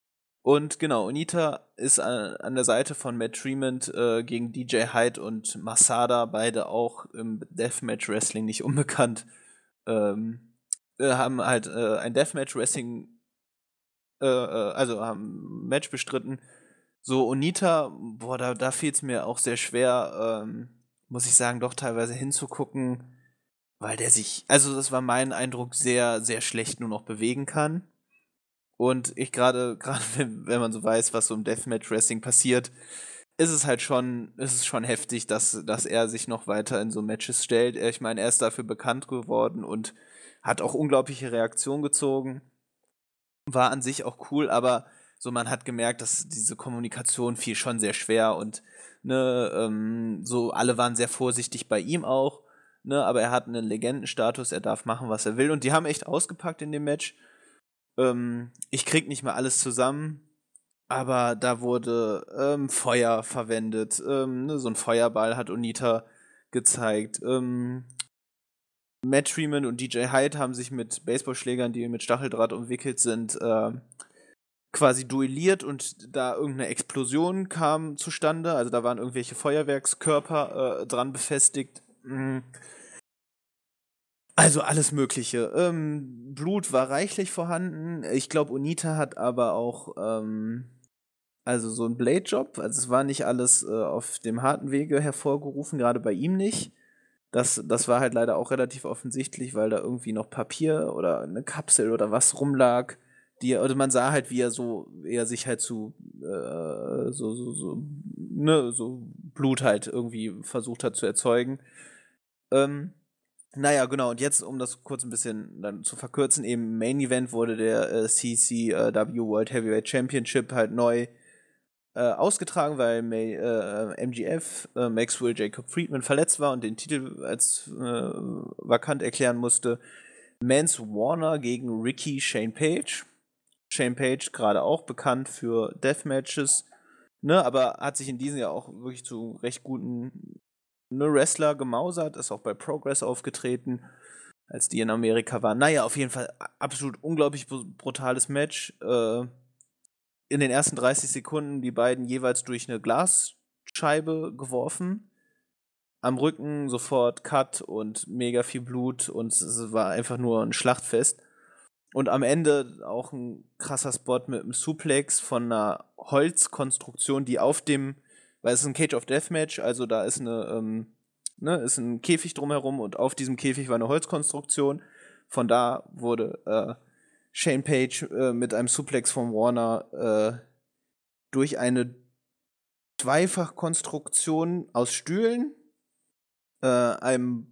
Und genau, Onita ist an der Seite von Matt Tremont gegen DJ Hyde und Masada, beide auch im Deathmatch Wrestling nicht unbekannt, haben halt ein Deathmatch Wrestling, also haben ein Match bestritten. So, Onita, boah, da fiel es mir auch sehr schwer, muss ich sagen, doch teilweise hinzugucken, weil der sich, also das war mein Eindruck, sehr, sehr schlecht nur noch bewegen kann. Und ich gerade wenn man so weiß, was so im Deathmatch Wrestling passiert, ist es schon heftig, dass er sich noch weiter in so Matches stellt. Ich meine, er ist dafür bekannt geworden und hat auch unglaubliche Reaktionen gezogen. War an sich auch cool, aber so man hat gemerkt, dass diese Kommunikation fiel schon sehr schwer und ne, so alle waren sehr vorsichtig bei ihm auch, ne, aber er hat einen Legendenstatus, er darf machen, was er will und die haben echt ausgepackt in dem Match. Ich krieg nicht mehr alles zusammen, aber da wurde Feuer verwendet. Ne, so ein Feuerball hat Onita gezeigt. Matt Tremont und DJ Hyde haben sich mit Baseballschlägern, die mit Stacheldraht umwickelt sind, quasi duelliert und da irgendeine Explosion kam zustande. Also da waren irgendwelche Feuerwerkskörper dran befestigt. Also alles Mögliche. Blut war reichlich vorhanden. Ich glaube, Onita hat aber auch also so einen Blade-Job. Also es war nicht alles auf dem harten Wege hervorgerufen, gerade bei ihm nicht. Das war halt leider auch relativ offensichtlich, weil da irgendwie noch Papier oder eine Kapsel oder was rumlag. Also man sah halt, wie er sich halt so Blut halt irgendwie versucht hat zu erzeugen. Naja, genau, und jetzt, um das kurz ein bisschen dann zu verkürzen, im Main Event wurde der CCW World Heavyweight Championship halt neu ausgetragen, weil MGF, Maxwell Jacob Friedman, verletzt war und den Titel als vakant erklären musste. Mance Warner gegen Ricky Shane Page. Shane Page gerade auch bekannt für Deathmatches, ne, aber hat sich in diesem Jahr auch wirklich zu recht guten Wrestler gemausert, ist auch bei Progress aufgetreten, als die in Amerika waren. Naja, auf jeden Fall absolut unglaublich brutales Match. In den ersten 30 Sekunden die beiden jeweils durch eine Glasscheibe geworfen. Am Rücken sofort Cut und mega viel Blut und es war einfach nur ein Schlachtfest. Und am Ende auch ein krasser Spot mit einem Suplex von einer Holzkonstruktion, die auf dem, weil es ist ein Cage of Death Match, also da ist ist ein Käfig drumherum und auf diesem Käfig war eine Holzkonstruktion. Von da wurde Shane Page mit einem Suplex von Warner durch eine Zweifachkonstruktion aus Stühlen, einem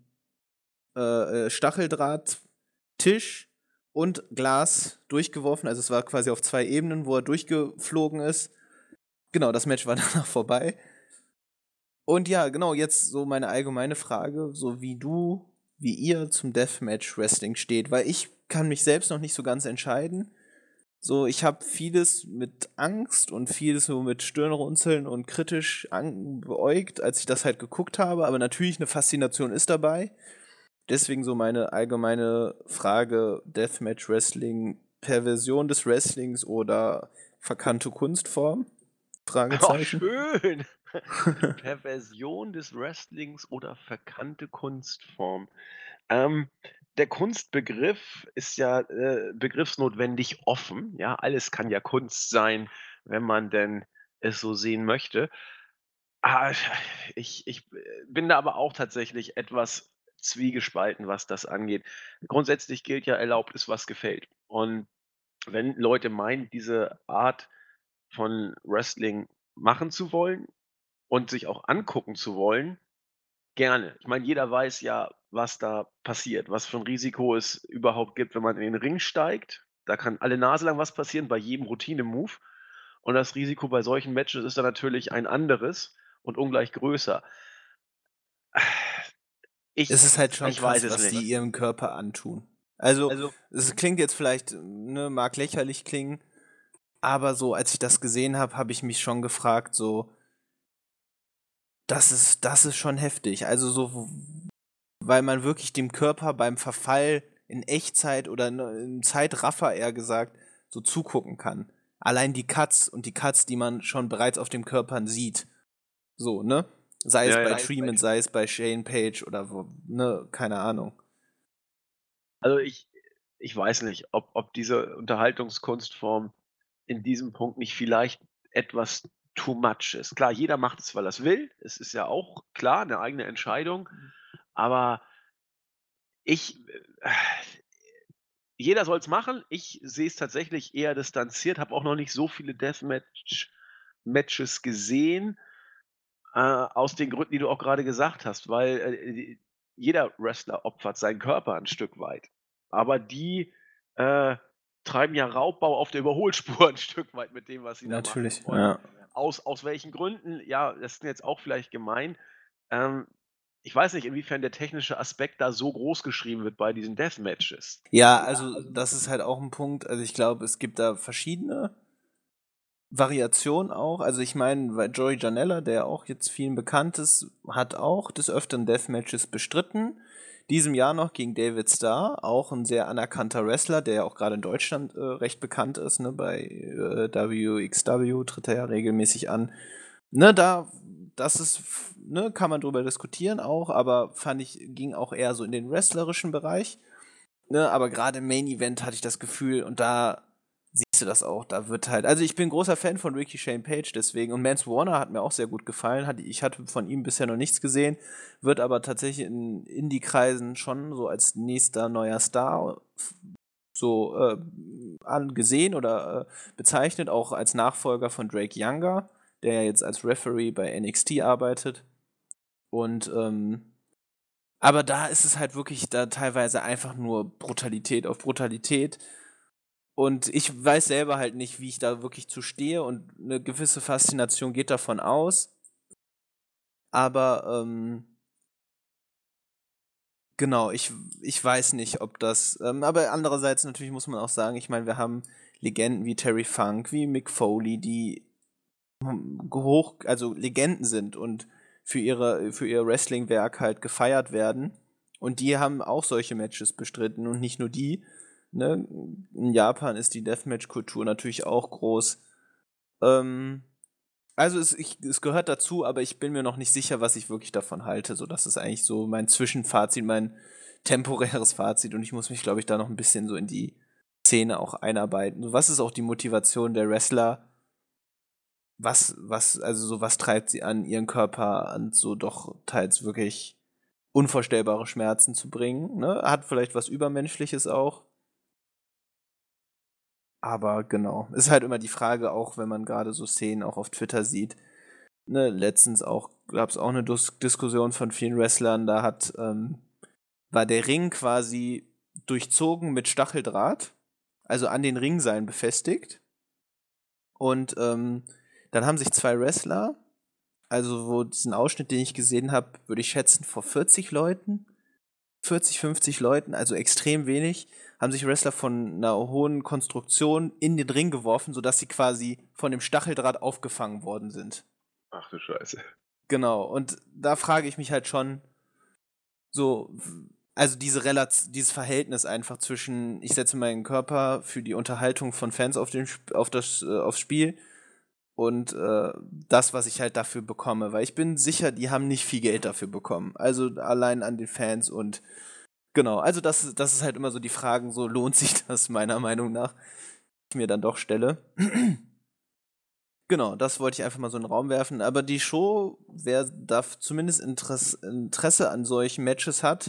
Stacheldrahttisch und Glas durchgeworfen. Also es war quasi auf 2 Ebenen, wo er durchgeflogen ist. Genau, das Match war danach vorbei. Und ja, genau, jetzt so meine allgemeine Frage, so wie ihr zum Deathmatch Wrestling steht, weil ich kann mich selbst noch nicht so ganz entscheiden. So, ich habe vieles mit Angst und vieles so mit Stirnrunzeln und kritisch beäugt, als ich das halt geguckt habe, aber natürlich eine Faszination ist dabei. Deswegen so meine allgemeine Frage: Deathmatch Wrestling, Perversion des Wrestlings oder verkannte Kunstform? Oh, Fragezeichen. schön. Perversion des Wrestlings oder verkannte Kunstform. Der Kunstbegriff ist ja, begriffsnotwendig offen, ja? Alles kann ja Kunst sein, wenn man denn es so sehen möchte. Ah, ich bin da aber auch tatsächlich etwas zwiegespalten, was das angeht. Grundsätzlich gilt ja: Erlaubt ist, was gefällt. Und wenn Leute meinen, diese Art von Wrestling machen zu wollen und sich auch angucken zu wollen, gerne. Ich meine, jeder weiß ja, was da passiert, was für 'n Risiko es überhaupt gibt, wenn man in den Ring steigt. Da kann alle Nase lang was passieren bei jedem Routine-Move. Und das Risiko bei solchen Matches ist dann natürlich ein anderes und ungleich größer. Es ist halt schon Ich weiß krass, es was die nicht. ihrem Körper antun. Also, Also, es klingt jetzt vielleicht, ne, mag lächerlich klingen, aber so, als ich das gesehen habe, habe ich mich schon gefragt, so, das ist schon heftig. Also so, weil man wirklich dem Körper beim Verfall in Echtzeit oder in Zeitraffer eher gesagt so zugucken kann. allein die Cuts, die man schon bereits auf den Körpern sieht. So, ne? Sei es Ja, bei ja. Treeman, sei es bei Shane Page oder wo, ne, keine Ahnung. Also ich weiß nicht, ob diese Unterhaltungskunstform in diesem Punkt nicht vielleicht etwas too much ist. Klar, jeder macht es, weil er's will. Es ist ja auch klar, 'ne eigene Entscheidung, aber ich jeder soll's machen. Ich sehe es tatsächlich eher distanziert, habe auch noch nicht so viele Matches gesehen, aus den Gründen, die du auch grade gesagt hast, weil, jeder Wrestler opfert seinen Körper 'n Stück weit. Aber die, äh, treiben ja Raubbau auf der Überholspur 'n Stück weit mit dem, was sie da machen. Natürlich, Und ja. aus welchen Gründen, ja, das ist jetzt auch vielleicht gemein. Ähm, Ich weiß nicht, inwiefern der technische Aspekt da so groß geschrieben wird bei diesen Deathmatches. Ja, also das ist halt auch ein Punkt. Also ich glaube, es gibt da verschiedene Variationen auch. Also ich meine, weil Joey Janela, der auch jetzt vielen bekannt ist, hat auch des Öfteren Deathmatches bestritten. Diesem Jahr noch gegen David Starr, auch ein sehr anerkannter Wrestler, der ja auch gerade in Deutschland recht bekannt ist, ne, bei WXW tritt er ja regelmäßig an. Ne, das ist, ne, kann man drüber diskutieren auch, aber fand ich, ging auch eher so in den wrestlerischen Bereich. Ne, aber gerade im Main Event hatte ich das Gefühl, und da siehst du das auch, da wird halt, also ich bin großer Fan von Ricky Shane Page deswegen, und Mance Warner hat mir auch sehr gut gefallen, ich hatte von ihm bisher noch nichts gesehen, wird aber tatsächlich in Indie-Kreisen schon so als nächster neuer Star so angesehen oder bezeichnet, auch als Nachfolger von Drake Younger, der ja jetzt als Referee bei NXT arbeitet. Und aber da ist es halt wirklich da teilweise einfach nur Brutalität auf Brutalität. Und ich weiß selber halt nicht, wie ich da wirklich zu stehe, und eine gewisse Faszination geht davon aus. Aber genau, ich weiß nicht, ob das. Aber andererseits natürlich muss man auch sagen, ich meine, wir haben Legenden wie Terry Funk, wie Mick Foley, die also Legenden sind und für ihr Wrestling-Werk halt gefeiert werden. Und die haben auch solche Matches bestritten und nicht nur die. Ne? In Japan ist die Deathmatch-Kultur natürlich auch groß. Also es gehört dazu, aber ich bin mir noch nicht sicher, was ich wirklich davon halte. So, das ist eigentlich so mein Zwischenfazit, mein temporäres Fazit, und ich muss mich, glaube ich, da noch ein bisschen so in die Szene auch einarbeiten. So, was ist auch die Motivation der Wrestler? Was treibt sie an, ihren Körper an so doch teils wirklich unvorstellbare Schmerzen zu bringen? Ne? Hat vielleicht was Übermenschliches auch. Aber genau, ist halt immer die Frage, auch wenn man gerade so Szenen auch auf Twitter sieht. Ne, letztens auch gab es auch eine Diskussion von vielen Wrestlern, war der Ring quasi durchzogen mit Stacheldraht, also an den Ringseilen befestigt. Und dann haben sich zwei Wrestler, also wo diesen Ausschnitt, den ich gesehen habe, würde ich schätzen, vor 40 Leuten, 40, 50 Leuten, also extrem wenig, haben sich Wrestler von einer hohen Konstruktion in den Ring geworfen, sodass sie quasi von dem Stacheldraht aufgefangen worden sind. Ach du Scheiße. Genau, und da frage ich mich halt schon so, also dieses Verhältnis einfach zwischen, ich setze meinen Körper für die Unterhaltung von Fans aufs Spiel und das, was ich halt dafür bekomme. Weil ich bin sicher, die haben nicht viel Geld dafür bekommen. Also allein an den Fans, und genau, also das ist halt immer so die Fragen, so lohnt sich das meiner Meinung nach, die ich mir dann doch stelle. Genau, das wollte ich einfach mal so in den Raum werfen. Aber die Show, wer da zumindest Interesse an solchen Matches hat,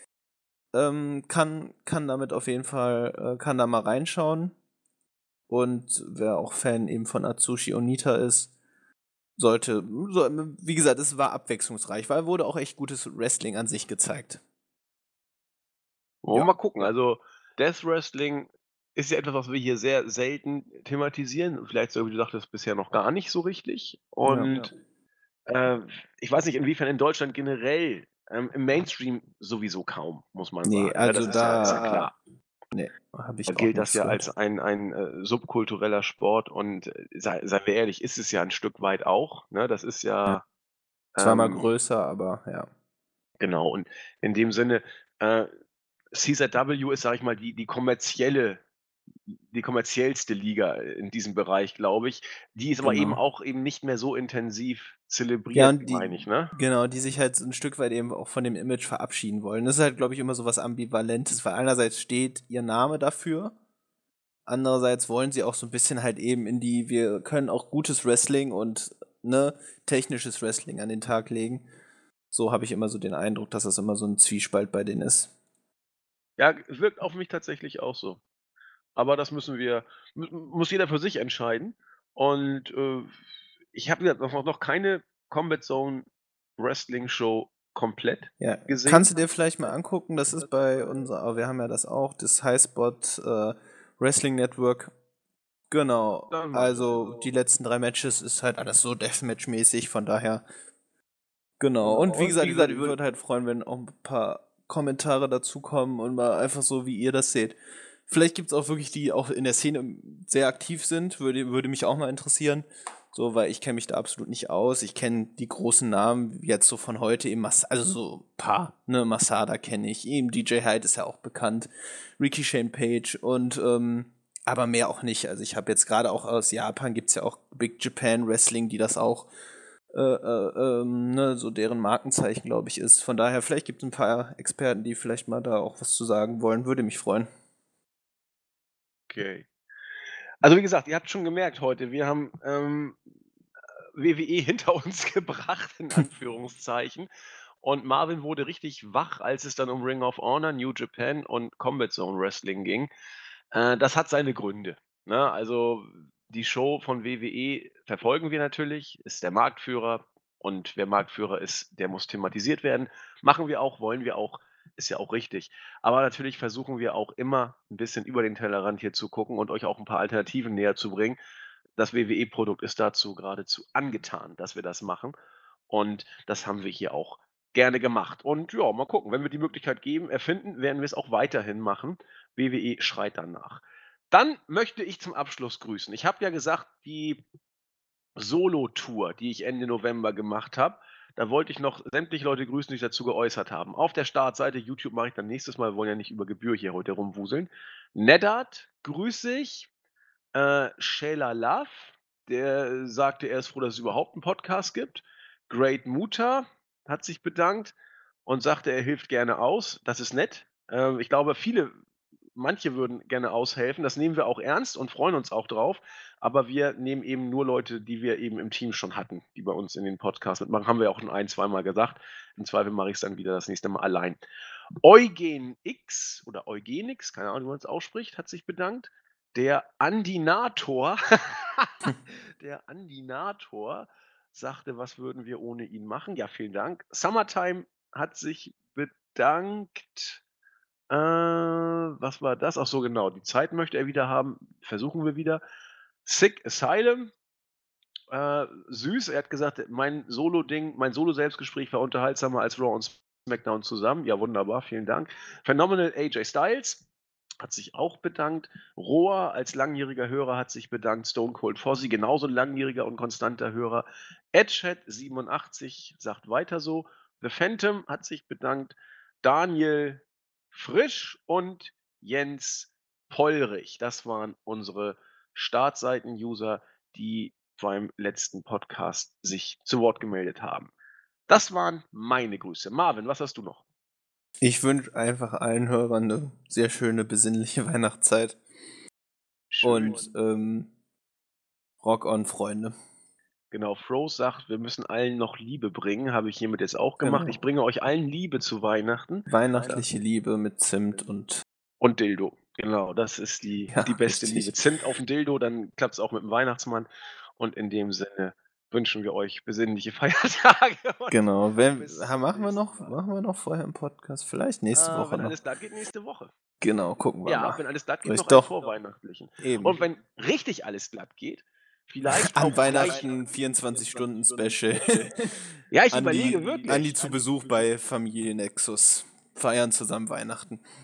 kann damit auf jeden Fall, kann da mal reinschauen. Und wer auch Fan eben von Atsushi Onita ist, wie gesagt, es war abwechslungsreich, weil wurde auch echt gutes Wrestling an sich gezeigt. Wollen wir Ja. mal gucken. Also, Death Wrestling ist ja etwas, was wir hier sehr selten thematisieren. Vielleicht, so wie du sagtest, bisher noch gar nicht so richtig. Ja. Und, ich weiß nicht, inwiefern in Deutschland generell, im Mainstream sowieso kaum, muss man Nee, sagen, ne? also Das ist ja da, klar. nee, habe Da ich auch gilt das nichts ja gehört. als ein subkultureller Sport und, seien wir ehrlich, ist es ja 'n Stück weit auch, ne? Das ist Ja. ja, Zwar mal ähm größer, aber ja. genau. Und in dem Sinne, CZW ist, sage ich mal, die kommerzielle die kommerziellste Liga in diesem Bereich, glaube ich. Die ist aber eben Genau. auch eben nicht mehr so intensiv Ja, zelebriert, und meine ich, ne? die sich halt so 'n Stück weit eben auch von dem Image verabschieden wollen. Das ist halt, glaube ich, immer so was Ambivalentes, weil einerseits steht ihr Name dafür, andererseits wollen sie auch so 'n bisschen halt eben in die wir können auch gutes Wrestling und, ne, technisches Wrestling an den Tag legen. So habe ich immer so den Eindruck, dass das immer so 'n Zwiespalt bei denen ist. Ja, wirkt auf mich tatsächlich auch so. Aber das müssen wir muss jeder für sich entscheiden. Und, ich habe ja noch keine Combat Zone Wrestling Show komplett Ja, gesehen. kannst du dir vielleicht mal angucken, das ist bei unser wir haben ja das auch, das Highspot, Wrestling Network. Genau, Dann mache ich das. also die letzten 3 Matches ist halt alles so Deathmatch-mäßig, von daher genau. Und wie gesagt, ich würde halt freuen, wenn auch 'n paar Kommentare dazukommen und mal einfach so, wie ihr das seht. Vielleicht gibt's auch wirklich die auch in der Szene sehr aktiv sind, würde mich auch mal interessieren. So, weil ich kenne mich da absolut nicht aus. Ich kenne die großen Namen jetzt so von heute eben, also so ein paar, ne, Masada kenne ich, eben DJ Hyde ist ja auch bekannt, Ricky Shane Page und aber mehr auch nicht. Also ich habe jetzt gerade auch aus Japan gibt's ja auch Big Japan Wrestling, die das auch ne, so deren Markenzeichen, glaube ich, ist. Von daher, vielleicht gibt es ein paar Experten, die vielleicht mal da auch was zu sagen wollen. Würde mich freuen. Okay. Also, wie gesagt, ihr habt schon gemerkt heute, wir haben, WWE hinter uns gebracht, in Anführungszeichen. Und Marvin wurde richtig wach, als es dann um Ring of Honor, New Japan und Combat Zone Wrestling ging. Das hat seine Gründe, ne? Also, die Show von WWE verfolgen wir natürlich, ist der Marktführer und wer Marktführer ist, der muss thematisiert werden. Machen wir auch, wollen wir auch, ist ja auch richtig. Aber natürlich versuchen wir auch immer 'n bisschen über den Tellerrand hier zu gucken und euch auch 'n paar Alternativen näher zu bringen. Das WWE-Produkt ist dazu geradezu angetan, dass wir das machen. Und das haben wir hier auch gerne gemacht. Und ja, mal gucken, wenn wir die Möglichkeit erfinden, werden wir es auch weiterhin machen. WWE schreit danach. Dann möchte ich zum Abschluss grüßen. Ich habe ja gesagt, die Solo-Tour, die ich Ende November gemacht habe, da wollte ich noch sämtliche Leute grüßen, die sich dazu geäußert haben. Auf der Startseite YouTube mache ich dann nächstes Mal, wir wollen ja nicht über Gebühr hier heute rumwuseln. Neddard grüße ich. Shayla Love, der sagte, er ist froh, dass es überhaupt 'n Podcast gibt. Great Muta hat sich bedankt und sagte, er hilft gerne aus. Das ist nett. Ich glaube, manche würden gerne aushelfen. Das nehmen wir auch ernst und freuen uns auch drauf. Aber wir nehmen eben nur Leute, die wir eben im Team schon hatten, die bei uns in den Podcast mitmachen. Haben wir auch schon ein zweimal gesagt. Im Zweifel mache ich's dann wieder das nächste Mal allein. Eugen X oder Eugenix, keine Ahnung, wie man's ausspricht, hat sich bedankt. Der Andinator der Andinator sagte: „Was würden wir ohne ihn machen?“ Ja, vielen Dank. Summertime hat sich bedankt. Was war das? Ach so, genau, die Zeit möchte er wieder haben. Versuchen wir wieder. Sick Asylum, süß. Er hat gesagt, mein Solo-Selbstgespräch war unterhaltsamer als Raw und SmackDown zusammen. Ja, wunderbar, vielen Dank. Phenomenal AJ Styles hat sich auch bedankt. Roa als langjähriger Hörer hat sich bedankt. Stone Cold Fozzy, genauso langjähriger und konstanter Hörer. Edgehead87 sagt weiter so. The Phantom hat sich bedankt. Daniel Frisch und Jens Pollrich. Das waren unsere Startseiten-User, die beim letzten Podcast sich zu Wort gemeldet haben. Das waren meine Grüße. Marvin, was hast du noch? Ich wünsche einfach allen Hörern eine sehr schöne, besinnliche Weihnachtszeit. Schön. Und Rock on, Freunde. Genau, Froze sagt, wir müssen allen noch Liebe bringen. Habe ich hiermit jetzt auch gemacht. Ich Genau. bringe euch allen Liebe zu Weihnachten. Weihnachtliche Liebe mit Zimt und Und Dildo. Genau, das ist die ja, beste Liebe. richtig. Zimt auf 'n Dildo, dann klappt's auch mit dem Weihnachtsmann. Und in dem Sinne wünschen wir euch besinnliche Feiertage und Genau. bis zum nächsten Mal. Machen wir noch vorher einen Podcast? Vielleicht nächste Woche Wenn noch. alles glatt geht, nächste Woche. Genau, gucken wir Ja, mal. wenn alles glatt geht, noch Vielleicht einen doch. vorweihnachtlichen. Eben. Und wenn richtig alles glatt geht, vielleicht An auch gleich Weihnachten 24-Stunden-Special. ja, ich An überlege die wirklich. zu Besuch bei Familie Nexus. Feiern zusammen Weihnachten.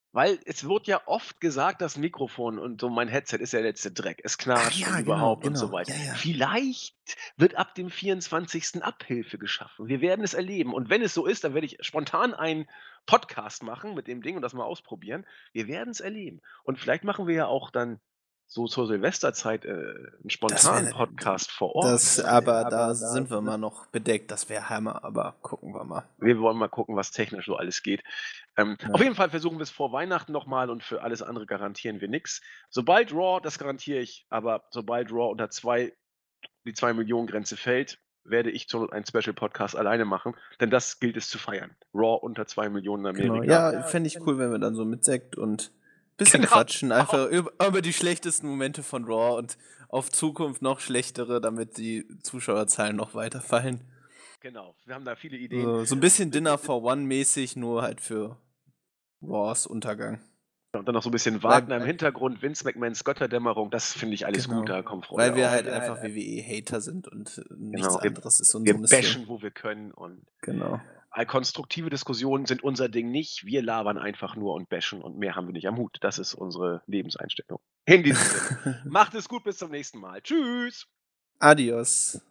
Weil es wird ja oft gesagt, das Mikrofon und so mein Headset ist der letzte Dreck. Es Ach knarscht und ja, genau, überhaupt und so genau. weiter. Ja, ja. Vielleicht wird ab dem 24. Abhilfe geschaffen. Wir werden es erleben. Und wenn es so ist, dann werde ich spontan einen Podcast machen mit dem Ding und das mal ausprobieren. Wir werden es erleben. Und vielleicht machen wir ja auch dann so zur Silvesterzeit, 'n Das spontanen wäre Podcast vor Ort. das aber da sind wir mal noch bedeckt. Das wäre Hammer, aber gucken wir mal. Wir wollen mal gucken, was technisch so alles geht. Auf Ja. jeden Fall versuchen wir es vor Weihnachten noch mal und für alles andere garantieren wir nix. Sobald Raw, das garantiere ich, aber sobald Raw unter die 2 Millionen Grenze fällt, werde ich zur Not einen Special Podcast alleine machen, denn das gilt es zu feiern. Raw unter 2 Millionen in Genau. Amerika. Ja, fände ich cool, wenn wir dann so mit Sekt und bisschen Genau. quatschen, einfach über die schlechtesten Momente von Raw und auf Zukunft noch schlechtere, damit die Zuschauerzahlen noch weiter fallen. Genau. Wir haben da viele Ideen. So 'n bisschen Dinner for One mäßig, nur halt für Raws Untergang. Und dann noch so 'n bisschen Weil Wagner im Hintergrund, Vince McMahons Götterdämmerung, das finde ich alles gut, genau. da kommt Freude Weil wir auf. halt einfach WWE-Hater sind und nichts Genau, anderes ist wir unsere Mission. bashen, wo wir können und Genau. konstruktive Diskussionen sind unser Ding nicht. Wir labern einfach nur und bashen und mehr haben wir nicht am Hut. Das ist unsere Lebenseinstellung. In diesem Sinne, macht es gut, bis zum nächsten Mal. Tschüss. Adios.